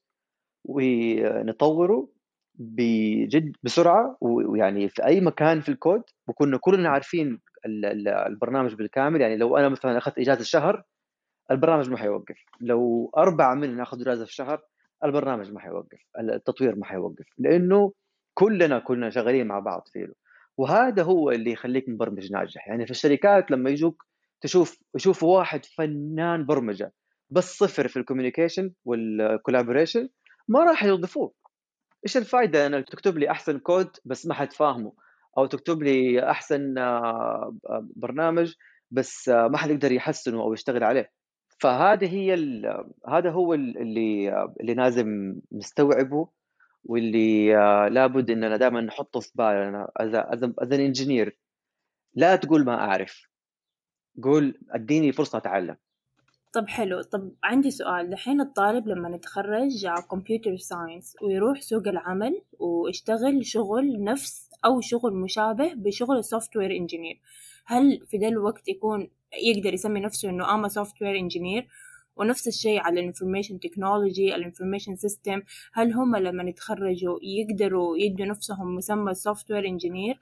ونطوره بجد بسرعه، ويعني في اي مكان في الكود، وكنا كلنا عارفين ال- ال- البرنامج بالكامل. يعني لو انا مثلا اخذت اجازه شهر، البرنامج ما حيوقف. لو أربعة مننا أخذوا إجازة في شهر، البرنامج ما حيوقف، التطوير ما حيوقف، لأنه كلنا كنا شغالين مع بعض فيه. وهذا هو اللي يخليك مبرمج ناجح. يعني في الشركات لما يجوك تشوف يشوفوا واحد فنان برمجة بس صفر في الكوميونيكيشن والكولابوريشن، ما راح يوظفوه. ايش الفائدة انك تكتب لي احسن كود بس ما حد فاهمه، او تكتب لي احسن آه، آه، برنامج بس آه، ما حد يقدر يحسنه او يشتغل عليه. فهذه هي ال- هذا هو ال- اللي اللي لازم نستوعبه، واللي آه، لابد اننا دائما نحطه في بالنا as an engineer. لا تقول ما اعرف، قول اديني فرصة اتعلم. طب حلو. طب عندي سؤال، دحين الطالب لما يتخرج كمبيوتر ساينس ويروح سوق العمل ويشتغل شغل نفس أو شغل مشابه بشغل السوفت وير انجينير، هل في ده الوقت يكون يقدر يسمي نفسه إنه أما سوفت وير انجينير؟ ونفس الشيء على الانفورميشن تكنولوجي الانفورميشن سيستم، هل هم لما يتخرجوا يقدروا يدوا نفسهم مسمى سوفت وير انجينير؟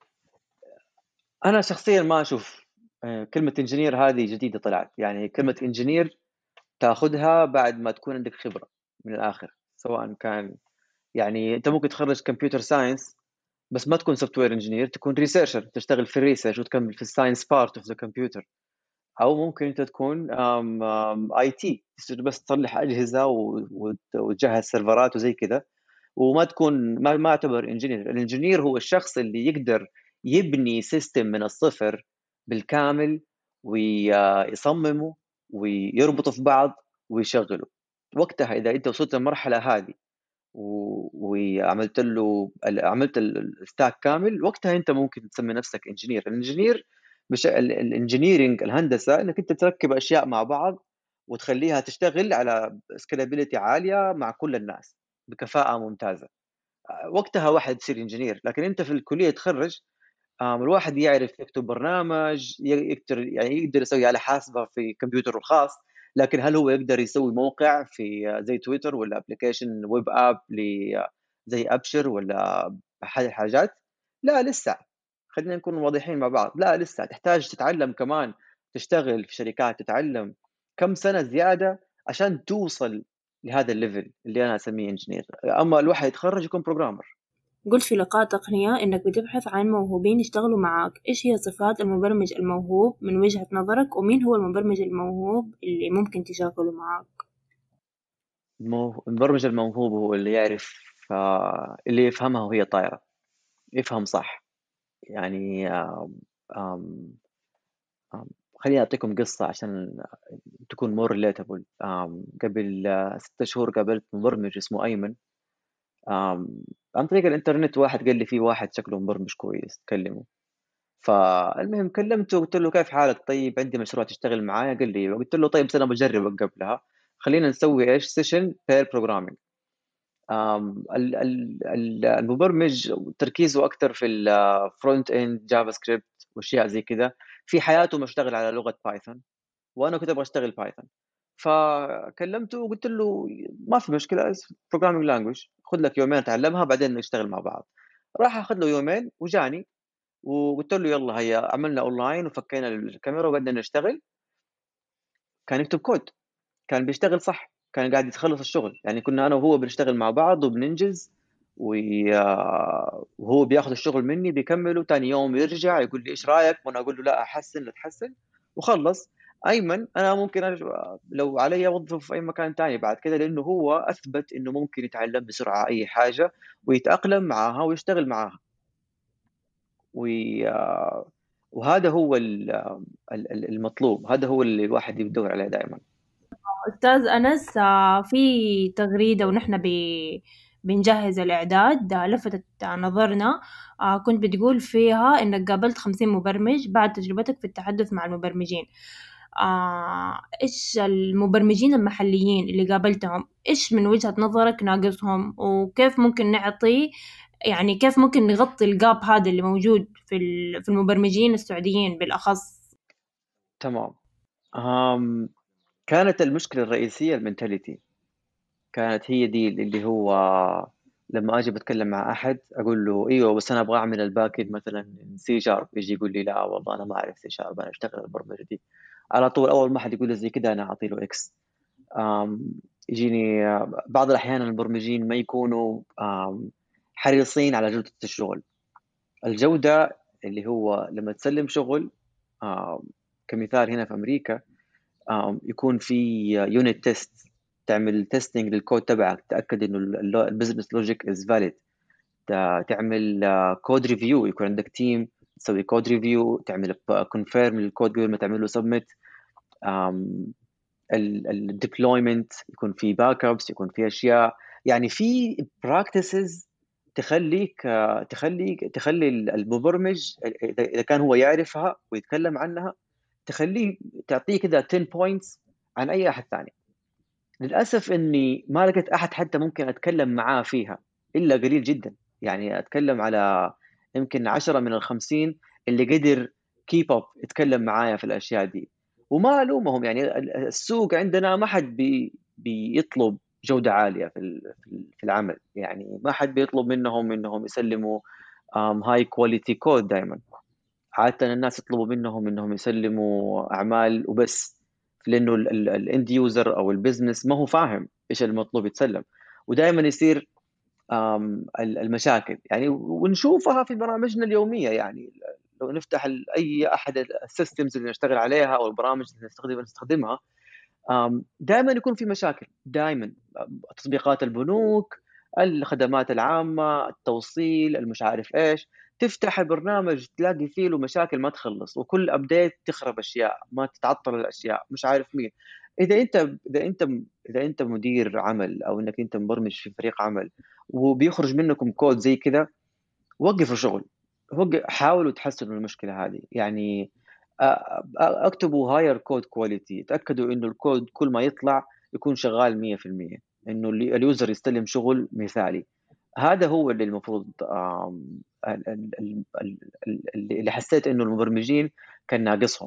انا شخصيا ما اشوف آه، كلمة انجينير هذه جديدة طلعت. يعني كلمة انجينير تاخذها بعد ما تكون عندك خبرة من الآخر، سواء كان يعني أنت ممكن تخرج كمبيوتر ساينس بس ما تكون سوفت وير انجينير، تكون ريسيرشر تشتغل في الريسيرش وتكمل في الساينس بارت اوف ذا كمبيوتر. او ممكن انت تكون ام ام اي تي بس تصلح اجهزه و- وت- وتجهز سيرفرات وزي كذا، وما تكون ما ما اعتبر انجينير. الانجينير هو الشخص اللي يقدر يبني سيستم من الصفر بالكامل، ويصممه ويربطه في بعض ويشغله. وقتها اذا انت وصلت للمرحله هذه و- وعملت له عملت الستاك كامل، وقتها انت ممكن تسمي نفسك انجينير. الانجينير مش الانجينيرنج الهندسه انك انت تركب اشياء مع بعض وتخليها تشتغل على سكيلابيلتي عاليه مع كل الناس بكفاءه ممتازه. وقتها واحد يصير انجينير. لكن انت في الكليه تخرج، آم، الواحد يعرف يكتب برنامج، ي- يقدر يعني يقدر يسوي على حاسبه في كمبيوتره الخاص، لكن هل هو يقدر يسوي موقع في زي تويتر ولا ابلكيشن ويب اب ل زي ابشر ولا ح- حاجات؟ لا لسه. خلينا نكون واضحين مع بعض، لا لسه تحتاج تتعلم كمان، تشتغل في شركات، تتعلم كم سنة زيادة عشان توصل لهذا الليفل اللي انا اسميه انجينير. اما الواحد يتخرج يكون بروجرامر. قلت في لقاء تقنية إنك بتبحث عن موهوبين يشتغلوا معاك، إيش هي صفات المبرمج الموهوب من وجهة نظرك؟ ومين هو المبرمج الموهوب اللي ممكن تشغله معاك؟ المو- المبرمج الموهوب هو اللي يعرف آه، اللي يفهمها وهي طايرة، يفهم صح. يعني آم، آم، آم، خليني أعطيكم قصة عشان تكون مور ريليتابل. قبل آه، ستة شهور قابلت مبرمج اسمه أيمن. آم، عن طريق الإنترنت واحد قال لي في واحد شكله مبرمج كويس تكلمه. فالمهم كلمته وقلت له كيف حالك؟ طيب عندي مشروع تشتغل معايا؟ قال لي. قلت له طيب بس أنا بجربك قبلها، خلينا نسوي إيش سيشن بير بروجرامينج. آم، ال- ال- ال- المبرمج تركيزه اكثر في الفرونت اند جافا سكريبت واشياء زي كذا، في حياته مشتغل على لغه بايثون، وانا كنت ابغى اشتغل بايثون. فكلمته وقلت له ما في مشكله، بروجرامينج لانجويج خذ لك يومين اتعلمها بعدين نشتغل مع بعض. راح اخذ له يومين وجاني وقلت له يلا هيا، عملنا اونلاين وفكينا الكاميرا وبدنا نشتغل. كان يكتب كود، كان بيشتغل صح، كان قاعد يتخلص الشغل. يعني كنا انا وهو بنشتغل مع بعض وبننجز، وي- آه، وهو بياخذ الشغل مني بيكمله، تاني يوم يرجع يقول لي ايش رايك، وانا اقول له لا احسن لا تحسن، وخلص. ايمن انا ممكن أرجع لو علي اوظفه في اي مكان تاني بعد كده، لانه هو اثبت انه ممكن يتعلم بسرعه اي حاجه ويتاقلم معاها ويشتغل معاها. وي... آه، وهذا هو ال- ال- ال- المطلوب، هذا هو اللي الواحد يدور عليه دائما. أستاذ أنس، آه، في تغريدة ونحن بي بنجهز الإعداد، آه، لفتت نظرنا. آه، كنت بتقول فيها إنك قابلت خمسين مبرمج بعد تجربتك في التحدث مع المبرمجين. آه، إيش المبرمجين المحليين اللي قابلتهم، إيش من وجهة نظرك ناقصهم، وكيف ممكن نعطي، يعني كيف ممكن نغطي الجاب هذا اللي موجود في ال- في المبرمجين السعوديين بالأخص؟ تمام. أم كانت المشكلة الرئيسية المنتاليتي، كانت هي دي اللي هو لما اجي بتكلم مع احد اقول له ايوه بس انا ابغى اعمل الباك اند مثلا سي شارب، يجي يقول لي لا والله انا ما اعرف سي شارب، انا اشتغل البرمجه دي. على طول اول ما حد يقول لي زي كده انا اعطي له اكس. أم، يجيني آه، بعض الاحيان المبرمجين ما يكونوا أم، حريصين على جوده الشغل. الجوده اللي هو لما تسلم شغل، أم، كمثال هنا في امريكا، آم، يكون في يونت تيست، تعمل تيستنج للكود تبعك، تأكد انه البزنس لوجيك از فاليد. تعمل كود ريفيو، يكون عندك تيم تسوي كود ريفيو، تعمل كونفيرم للكود قبل ما تعمل له سبميت. الديبلويمنت يكون في باك ابس، يكون في اشياء، يعني في براكتسز تخليك آه، تخليك تخلي المبرمج اذا إذا كان هو يعرفها ويتكلم عنها، تخليه تعطيه كده عشرة بوينتس عن اي احد ثاني. للاسف اني ما لقيت احد حتى ممكن اتكلم معاه فيها، الا قليل جدا. يعني اتكلم على يمكن عشرة من الخمسين اللي قدر كيب اب يتكلم معايا في الاشياء دي. وما الومهم، يعني السوق عندنا ما حد بي بيطلب جودة عالية في ال- في العمل، يعني ما حد بيطلب منهم انهم يسلموا هاي كواليتي كود دائما. عادة الناس يطلبوا منهم انهم يسلموا اعمال وبس، لانه الاند يوزر او البزنس ما هو فاهم ايش المطلوب يتسلم. ودائما يصير آم، ال- المشاكل، يعني ونشوفها في برامجنا اليومية. يعني لو نفتح ال- اي احد السيستمز اللي نشتغل عليها او البرامج اللي نستخدم نستخدمها، دائما يكون في مشاكل دائما. تطبيقات البنوك، الخدمات العامة، التوصيل، المش عارف ايش، تفتح البرنامج تلاقي فيه له مشاكل ما تخلص، وكل ابديت تخرب اشياء، ما تتعطل الاشياء، مش عارف مين. اذا انت اذا انت اذا انت مدير عمل او انك انت مبرمج في فريق عمل وبيخرج منكم كود زي كذا، وقفوا شغل، وق- حاولوا تحسنوا المشكلة هذه. يعني أ- أ- اكتبوا هاير كود كواليتي، تأكدوا انه الكود كل ما يطلع يكون شغال مية في المية، انه اللي- اليوزر يستلم شغل مثالي. هذا هو اللي المفروض آم، ال- ال- ال- ال- ال- اللي حسيت انه المبرمجين كان ناقصهم.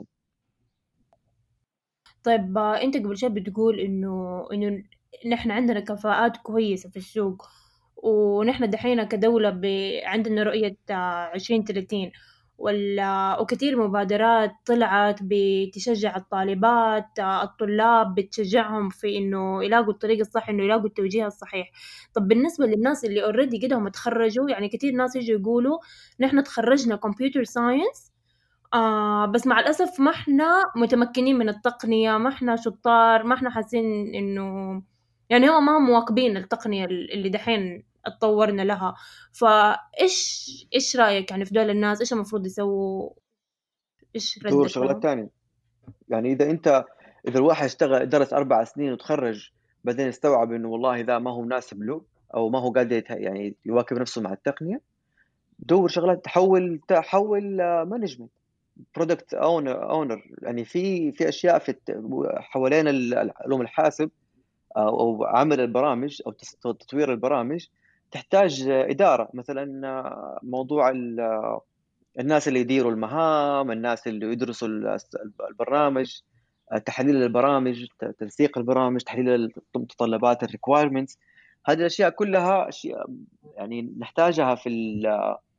طيب، آه، انت قبل شوي بتقول انه انه نحن عندنا كفاءات كويسة في السوق، ونحن دحين كدولة ب... عندنا رؤية عشرين ثلاثين، ولا وكثير مبادرات طلعت بتشجع الطالبات، آه، الطلاب بتشجعهم في انه يلاقوا الطريق الصح، انه يلاقوا التوجيه الصحيح. طب بالنسبة للناس اللي اوريدي كده هم تخرجوا، يعني كثير ناس يجوا يقولوا نحن تخرجنا كمبيوتر ساينس، آه بس مع الأسف ما احنا متمكنين من التقنية، ما احنا شطار، ما احنا حاسين انه، يعني هو ما هم مواكبين التقنية اللي دحين اتطورنا لها. فايش ايش رأيك يعني في دول الناس، ايش المفروض يسووا، ايش دور ردك شغلات لهم؟ تانية. يعني اذا انت اذا الواحد اشتغل درس اربع سنين وتخرج، بعدين استوعب انه والله ذا ما هو مناسب له، او ما هو قادر يت- يعني يواكب نفسه مع التقنية، دور شغلات، تحول تحول مانجمنت، برودكت اونر اونر يعني في في اشياء في الت- حوالين ال- علوم الحاسب، او أو عمل البرامج او تس- تطوير البرامج، تحتاج اداره. مثلا آه، موضوع ال- الناس اللي يديروا المهام، الناس اللي يدرسوا ال- البرامج، آه، تحليل البرامج، ت- تنسيق البرامج، تحليل المتطلبات الريكوايرمنتس. هذه الاشياء كلها اشياء يعني نحتاجها في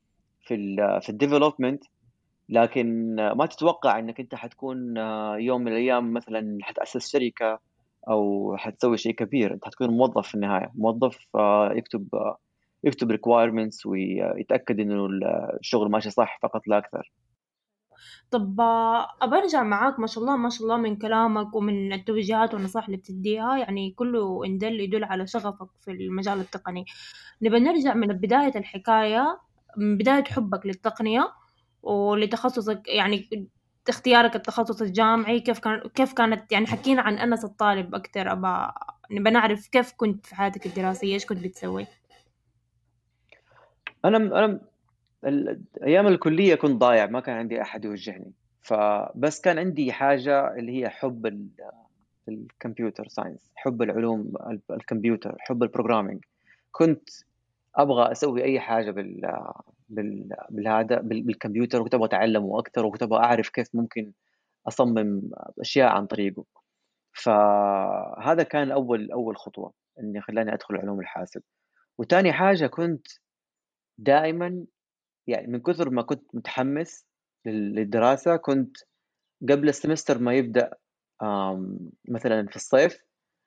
في ال في الdevelopment، لكن ما تتوقع إنك أنت حتكون يوم من الأيام مثلًا حتأسس شركة أو حتسوي شيء كبير. أنت حتكون موظف في النهاية، موظف آه، يكتب آه، يكتب requirements ويتأكد إنه ال الشغل ماشي صح فقط لا أكثر. طب آه، أبى أرجع معاك، ما شاء الله ما شاء الله من كلامك ومن التوجيهات والنصائح اللي بتديها، يعني كله إن دل يدل على شغفك في المجال التقني. نبى نرجع من بداية الحكاية، من بداية حبك للتقنية ولتخصصك، يعني اختيارك التخصص الجامعي كيف كان، كيف كانت، يعني حكينا عن أنس الطالب أكتر. أبى نبى نعرف كيف كنت في حياتك الدراسية، إيش كنت بتسوي؟ أنا م أنا م ال أيام الكلية كنت ضايع، ما كان عندي أحد يوجهني، فبس كان عندي حاجة اللي هي حب ال الكمبيوتر ساينس، حب العلوم ال الكمبيوتر، حب الprogramming. كنت أبغى أسوي أي حاجة بال بال بالهذا بال بالكمبيوتر، وكنت أبغى أتعلمه أكتر، وكنت أبغى أعرف كيف ممكن أصمم أشياء عن طريقه. فهذا كان أول أول خطوة إني خلاني أدخل علوم الحاسب. وتاني حاجة كنت دائمًا، يعني من كثر ما كنت متحمس لل للدراسة، كنت قبل السمستر ما يبدأ آمم، مثلًا في الصيف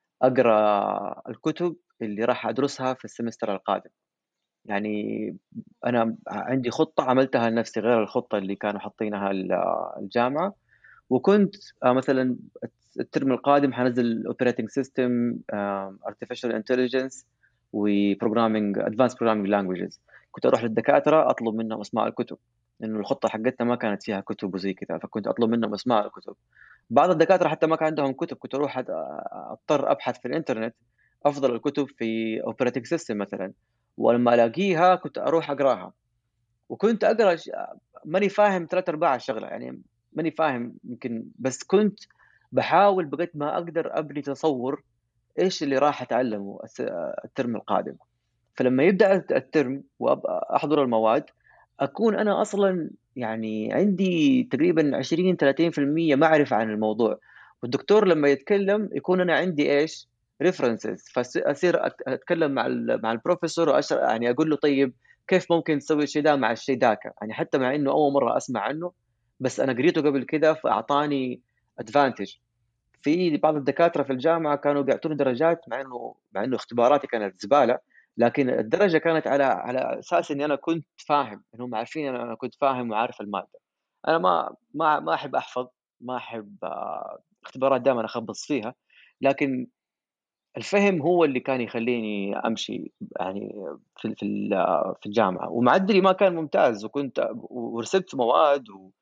أقرا الكتب اللي راح أدرسها في السمستر القادم. يعني أنا عندي خطة عملتها لنفسي غير الخطة اللي كانوا حاطينها ال الجامعة. وكنت آآ مثلًا الت الترم القادم حانزّل operating system، آآ artificial intelligence وprogramming advanced programming languages. كنت أروح للدكاترة أطلب منهم أسماء الكتب، لإنه الخطة حقتنا ما كانت فيها كتب وزي كذا، فكنت أطلب منهم أسماء الكتب. بعض الدكاترة حتى ما كان عندهم كتب، كنت أروح أد أضطر أبحث في الإنترنت أفضل الكتب في operating system مثلًا، ولمّا ألاقيها كنت أروح أقراها. وكنت أقرا ش ماني فاهم ثلاث أرباع الشغلة، يعني ماني فاهم يمكن، بس كنت باحاول بقد ما أقدر أبني تصوُّر إيش اللي راح أتعلّمه الس الترم القادم. فلمّا يبدأ الت الترم وأبقى أحضر المواد، أكون أنا أصلًا يعني عندي تقريبًا عشرين، ثلاثين بالمئة معرفة عن الموضوع، والدكتور لمّا يتكلم يكون أنا عندي إيش references، فأص أصير أت أتكلم مع ال مع الprofessor وأش يعني أقول له طيب كيف ممكن تسوي الشيء ده مع الشيء ذاك، يعني حتى مع إنه أول مرّة أسمع عنه، بس أنا قريته قبل كده فأعطاني advantage. في بعض الدكاترة في الجامعة كانوا بيعطوني درجات مع إنه مع إنه اختباراتي كانت زبالة، لكن الدرجة كانت على على أساس إني أنا كنت فاهم، إن هم عارفين إن أنا كنت فاهم وعارف المادة. أنا ما ما ما أحب أحفظ، ما أحب آآ اختبارات دايمًا أخبّص فيها، لكن الفهم هو اللي كان يخلّيني أمشي يعني في في ال في الجامعة. ومعدلي ما كان ممتاز، وكنت ورسبت مواد و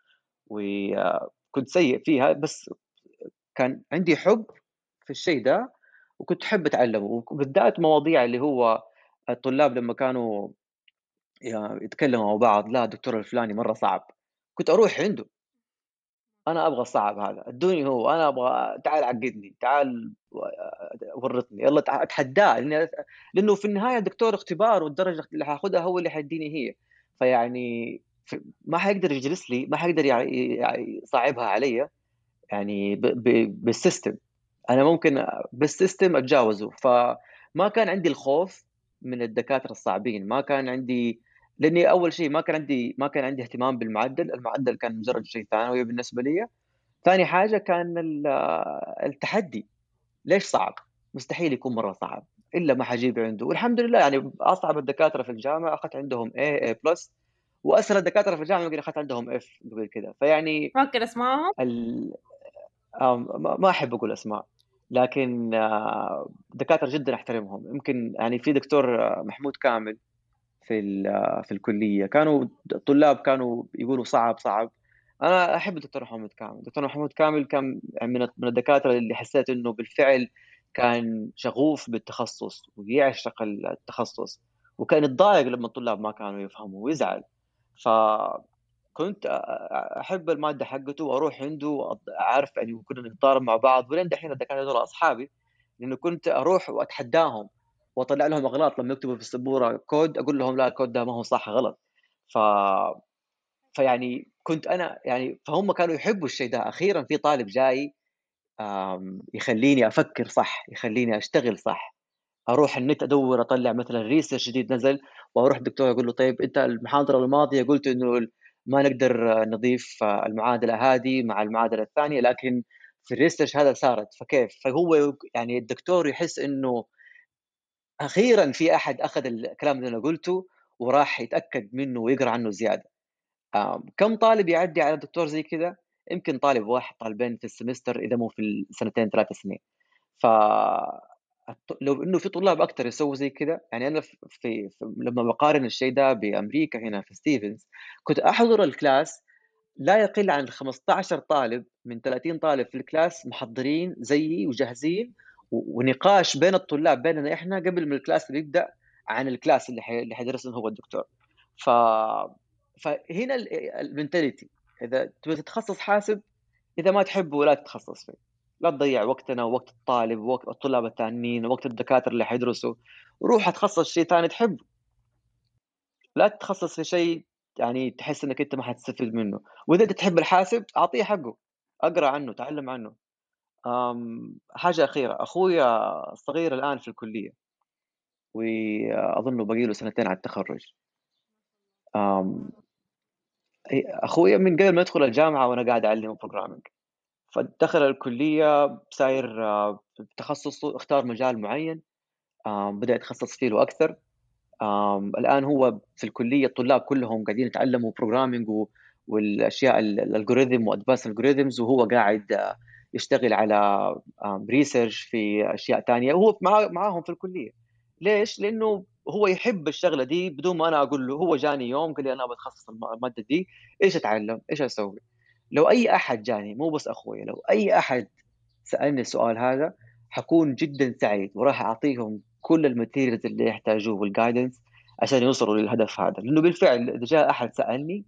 وكنت سيء فيها، بس كان عندي حُب في الشيء ده، وكنت أحب أتعلّمه، وبالذات مواضيع اللي هو الطلاب لمّا كانوا ي يتكلّموا مع بعض، لا الدكتور الفلاني مرّة صعب، كنت أروح عنده. أنا أبغى الصعب هذا، ادّوني هو، أنا أبغى تعال عقّدني، تعال و ورّطني، يالّا تع أتحداه، لإني أ لإنه في النهاية الدكتور اختبار، والدرجة اللي حاخدها هو اللي حيدّيني هي. فيعني ف ما حيقدر يجلس لي، ما حيقدر يع يع يصعّبها عليّا يعني ب ب بالسيستم. أنا ممكن بالسيستم أتجاوزه. فما كان عندي الخوف من الدكاترة الصعبين، ما كان عندي، لإني أول شيء ما كان عندي ما كان عندي اهتمام بالمعدل، المعدل كان مجرد شيء ثانوي بالنسبة ليّ. ثاني حاجة كان ال التحدي. ليش صعب؟ مستحيل يكون مرّة صعب، إلا ما حاجيب عنده. والحمد لله يعني أصعب الدكاترة في الجامعة أخذت عندهم A، A+، وأسهل الدكاترة في الجامعة يمكن أخذت عندهم F قبل كده. فيعني فاكر اسمائهم؟ ال آه، ما ما أحب أقول أسماء، لكن آه، دكاترة جدًا أحترمهم. يمكن يعني في دكتور آه، محمود كامل في ال آه، في الكلية، كانوا الطلاب كانوا يقولوا صعب، صعب. أنا أحب الدكتور محمود كامل. الدكتور محمود كامل كان يعني من من الدكاترة اللي حسيت إنه بالفعل كان شغوف بالتخصص ويعشق ال التخصص، وكان يتضايق لمّا الطلاب ما كانوا يفهموا ويزعل. ف كنت أ أ أحب المادة حقته وأروح عنده وأض عارف يعني، وكنا نتضارب مع بعض، ولين دحين الدكاترة هذول أصحابي، لإنه كنت أروح وأتحداهم وأطلع لهم أغلاط لمّا يكتبوا في السبورة كود، أقول لهم لا الكود ده ما هو صح غلط. ف فيعني كنت أنا يعني فهُم كانوا يحبوا الشيء ده. أخيرًا في طالب جاي آمم، يخلّيني أفكّر صح، يخلّيني أشتغل صح. اروح النت ادور اطلع مثلا ريسيرش جديد نزل، واروح الدكتور اقول له طيب انت المحاضره الماضيه قلت انه ما نقدر نضيف المعادله هذه مع المعادله الثانيه، لكن في الريسيرش هذا صارت، فكيف؟ فهو يعني الدكتور يحس انه اخيرا في احد اخذ الكلام اللي انا قلته وراح يتاكد منه ويقرا عنه زياده. آم، كم طالب يعدي على دكتور زي كذا؟ يمكن طالب واحد، طالبين في السمستر، اذا مو في السنتين ثلاث سنين. ف الط- لو انه في طلاب اكثر يسووا زي كذا، يعني انا في, في, في لما بقارن الشيء ده بامريكا هنا في ستيفنز، كنت احضر الكلاس لا يقل عن خمسة عشر طالب من ثلاثين طالب في الكلاس محضرين زيي وجاهزين، و- ونقاش بين الطلاب بيننا احنا قبل ما الكلاس يبدا عن الكلاس اللي حي... اللي حيدرسه هو الدكتور. ف فهنا المنتاليتي، اذا تبغى تتخصص حاسب، اذا ما تحبه لا تتخصص فيه، لا تضيع وقتنا ووقت الطالب ووقت الطلاب الثانيين ووقت الدكاتره اللي حيدرسوا. روح اتخصص شيء ثاني تحبه، لا تتخصص في شيء يعني تحس انك انت ما حتستفيد منه. واذا انت تحب الحاسب اعطيه حقه، اقرا عنه، تعلم عنه. أم حاجه اخيره، اخويا الصغير الان في الكليه، واظنه باقي له سنتين على التخرج. أم اخويا من قبل ما يدخل الجامعه وانا قاعد اعلمه بروجرامينج، فدخل الكليه صاير آه، تخصصه، اختار مجال معين، آم، بدأ يتخصص فيه له أكثر. آم، الآن هو في الكلية الطلاب كلهم قاعدين يتعلموا بروجرامينج والأشياء الالجوريثم وأدفانس الجوريثمز، وهو قاعد آه، يشتغل على ريسيرش في أشياء تانية، وهو مع معاهم في الكلية. ليش؟ لأنه هو يحب الشغلة دي بدون ما أنا أقول له. هو جاني يوم قال لي أنا بتخصص الم- المادة دي، إيش أتعلم؟ إيش أسوي؟ لو أي أحد جاني، مو بس أخوي، لو أي أحد سألني السؤال هذا، حكون جدا سعيد وراح أعطيهم كل الماتيريالز اللي يحتاجوه والجايدنس عشان يوصلوا للهدف هذا. لأنه بالفعل إذا جاء أحد سألني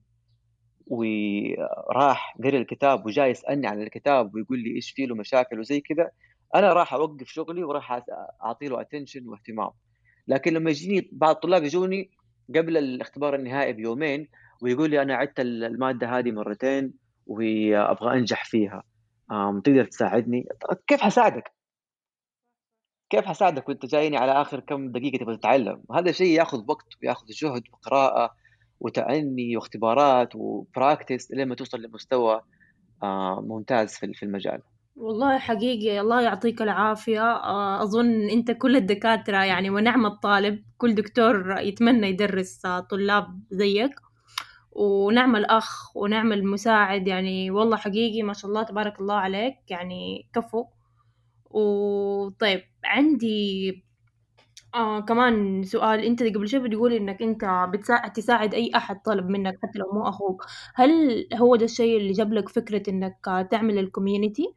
وراح قرأ الكتاب وجاي يسألني عن الكتاب ويقول لي إيش فيه له مشاكل وزي كذا، أنا راح أوقف شغلي وراح أعطي له attention واهتمام. لكن لما يجيني بعض الطلاب يجوني قبل الاختبار النهائي بيومين ويقول لي أنا عدت المادة هذه مرتين وأبغى أنجح فيها، أم تقدر تساعدني؟ كيف حساعدك؟ كيف حساعدك وانت جايني على اخر كم دقيقه تبغى تتعلم؟ هذا شيء ياخذ وقت وياخذ جهد وقراءه وتأني واختبارات وبراكتس لين ما توصل لمستوى آه، ممتاز في في المجال. والله حقيقي الله يعطيك العافية. آه، أظن أنت كل الدكاترة يعني ونعم الطالب، كل دكتور يتمنى يدرس آه، طلاب زيك، ونعم الأخ ونعم المساعد. يعني والله حقيقي ما شاء الله تبارك الله عليك، يعني كفو. وطيب عندي آه كمان سؤال. انت قبل شوي بتقول انك انت بتساعد تساعد اي احد طلب منك حتى لو مو اخوك. هل هو ده الشيء اللي جاب لك فكرة انك آه، تعمل الكوميونيتي؟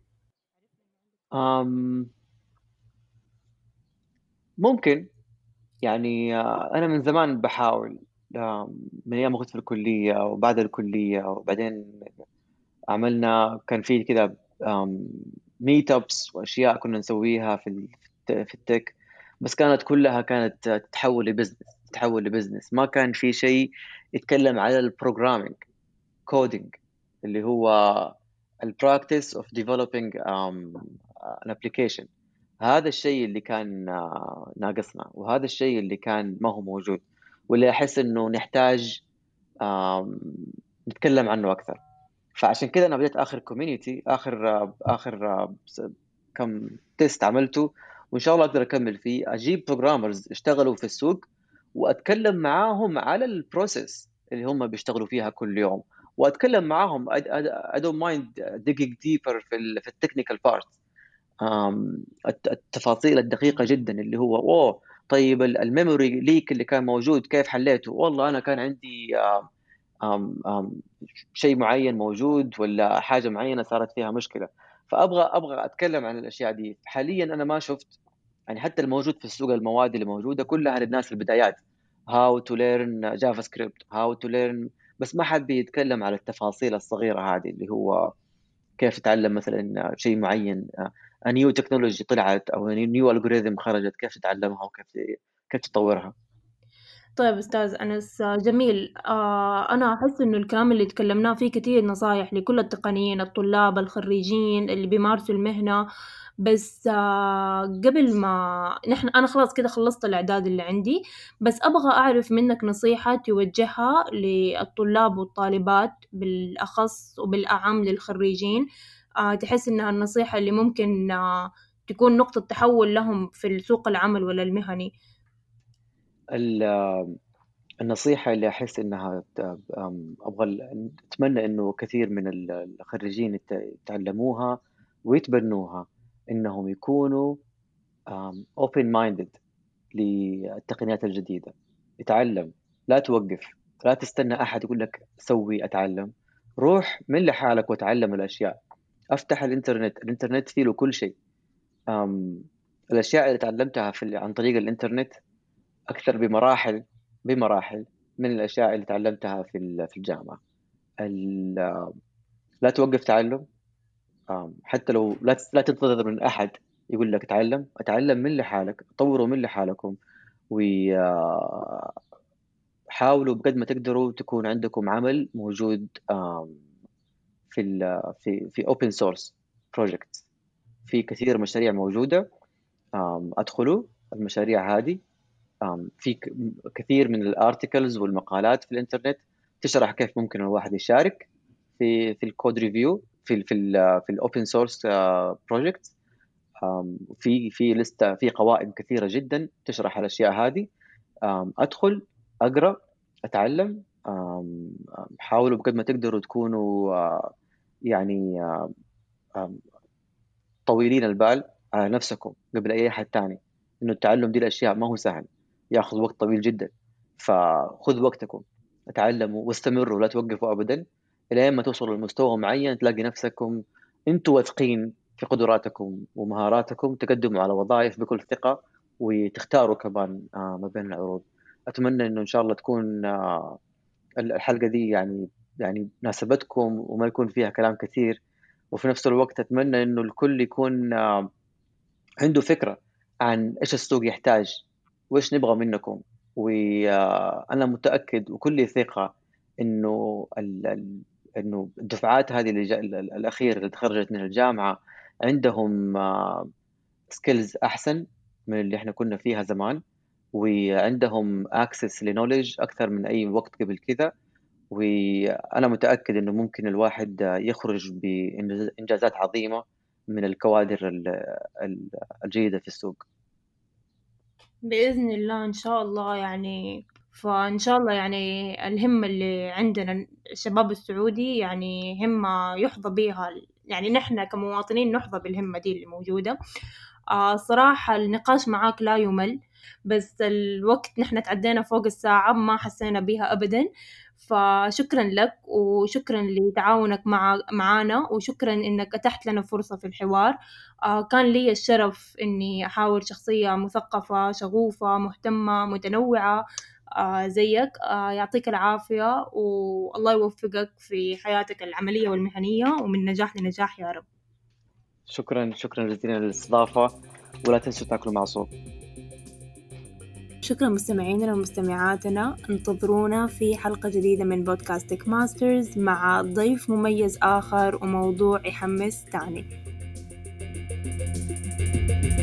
آم، ممكن، يعني آه، انا من زمان بحاول، آم، من ايام ما كنت في الكليه وبعد الكليه، وبعدين عملنا كان في كذا ميت ابس واشياء كنا نسويها في ال- في التك، بس كانت كلها كانت تتحول لبزنس، تتحول لبزنس ما كان في شيء يتكلم على البروجرامينج كودينج، اللي هو البراكتس اوف ديفلوبينج ان ابلكيشن. هذا الشيء اللي كان آه، ناقصنا، وهذا الشيء اللي كان ما هو موجود، واللي احس انه نحتاج آم، نتكلم عنه اكثر. فعشان كده انا بديت اخر كوميونتي، اخر اخر كم تيست عملته، وان شاء الله اقدر اكمل فيه، اجيب بروجرامرز اشتغلوا في السوق واتكلم معاهم على البروسيس اللي هم بيشتغلوا فيها كل يوم، واتكلم معاهم I, I, I don't mind digging deeper في ال في التكنيكال بارت، التفاصيل الدقيقة جدا، اللي هو اوه طيب الميموري ليك اللي كان موجود كيف حليته؟ والله انا كان عندي آم آم شيء معين موجود ولا حاجة معينة صارت فيها مشكلة. فأبغى أبغى أتكلم عن الأشياء دي. حاليا أنا ما شفت، يعني حتى الموجود في السوق المواد اللي موجودة كلها للناس البدايات، how to learn JavaScript how to learn، بس ما حد بيتكلم على التفاصيل الصغيرة هذه، اللي هو كيف تتعلم مثلا شيء معين، نيو تكنولوجي طلعت أو نيو algorithm خرجت، كيف تتعلمها وكيف كيف تطورها. طيب أستاذ أنس، آه، جميل. آه، أنا أحس إنه الكلام اللي تكلمناه فيه كتير نصايح لكل التقنيين، الطلاب، الخريجين اللي بيمارسوا المهنة. بس آه، قبل ما نحن أنا خلاص كده خلصت الإعداد اللي عندي، بس أبغى أعرف منك نصيحة توجهها للطلاب والطالبات بالأخص وبالأعم للخريجين. آه، تحس إنها النصيحة اللي ممكن آه، تكون نقطة تحول لهم في سوق العمل ولا المهني. ال- النصيحة اللي أحس إنها ت- أم، أبغى ال- أتمنى إنه كثير من ال- الخريجين يت- يتعلموها ويتبنوها، إنهم يكونوا um, open minded للتقنيات الجديدة. اتعلم، لا توقف، لا تستنى أحد يقول لك سوي أتعلم. روح من لحالك وتعلم الأشياء. أفتح الإنترنت، الإنترنت فيه له كل شيء. um, الأشياء اللي تعلمتها في عن طريق الإنترنت أكثر بمراحل بمراحل من الأشياء اللي تعلمتها في ال- في الجامعة. ال- لا توقف تعلم. آم، حتى لو لا تس- لا تنتظر من أحد يقول لك اتعلم، اتعلم من لحالك، طوروا من لحالكم، وحاولوا بقد ما تقدروا تكون عندكم عمل موجود آم، في ال في في open source projects. في كثير مشاريع موجودة. آم، ادخلوا المشاريع هذه. آم، في ك- كثير من الارتكلز والمقالات في الانترنت تشرح كيف ممكن الواحد يشارك في في الكود ريفيو في ال في ال في الاوبن سورس بروجكت. في في لسته، في قوائم كثيره جدا تشرح الاشياء هذه. آم، ادخل، اقرا، اتعلم. آم، آم، حاولوا بقد ما تقدروا تكونوا آه، يعني آم، طويلين البال على نفسكم قبل اي احد تاني، انه التعلم دي الاشياء ما هو سهل، ياخذ وقت طويل جدا. فخذ وقتكم، اتعلموا واستمروا، لا توقفوا ابدا الين ما توصلوا لمستوى معين تلاقي نفسكم انتوا واثقين في قدراتكم ومهاراتكم، تقدموا على وظائف بكل ثقة، وتختاروا كمان آه، ما بين العروض. اتمنى انه ان شاء الله تكون آه، الحلقة دي يعني يعني ناسبتكم وما يكون فيها كلام كثير. وفي نفس الوقت أتمنى إنه الكل يكون آه، عنده فكرة عن إيش السوق يحتاج وإيش نبغى منكم. وأنا متأكد وكل ثقة إنه ال- ال- إنه الدفعات هذه اللي جا- ال- ال- الأخيرة اللي تخرجت من الجامعة عندهم سكيلز أحسن من اللي إحنا كنا فيها زمان، وعندهم access لنولج أكثر من أي وقت قبل كذا. وأنا متأكد إنه ممكن الواحد يخرج بإنجازات عظيمة من الكوادر ال- ال- الجيدة في السوق. بإذن الله إن شاء الله يعني. فإن شاء الله يعني الهمة اللي عندنا الشباب السعودي يعني همة يحظى بها، يعني نحن كمواطنين نحظى بالهمة دي اللي موجودة. آه صراحة النقاش معاك لا يمل، بس الوقت نحن تعدينا فوق الساعة ما حسينا بيها أبدا. فشكرا لك وشكرا لتعاونك مع معانا، وشكرا إنك أتحت لنا فرصة في الحوار. آه كان لي الشرف إني أحاور شخصية مثقفة شغوفة مهتمة متنوعة آه زيك. آه يعطيك العافية والله يوفقك في حياتك العملية والمهنية، ومن نجاح لنجاح يا رب. شكرا شكرا جزيلا للاستضافة، ولا تنسوا تاكلوا معصوب. شكرا مستمعينا ومستمعاتنا، انتظرونا في حلقة جديدة من بودكاست تك ماسترز مع ضيف مميز آخر وموضوع يحمس تاني.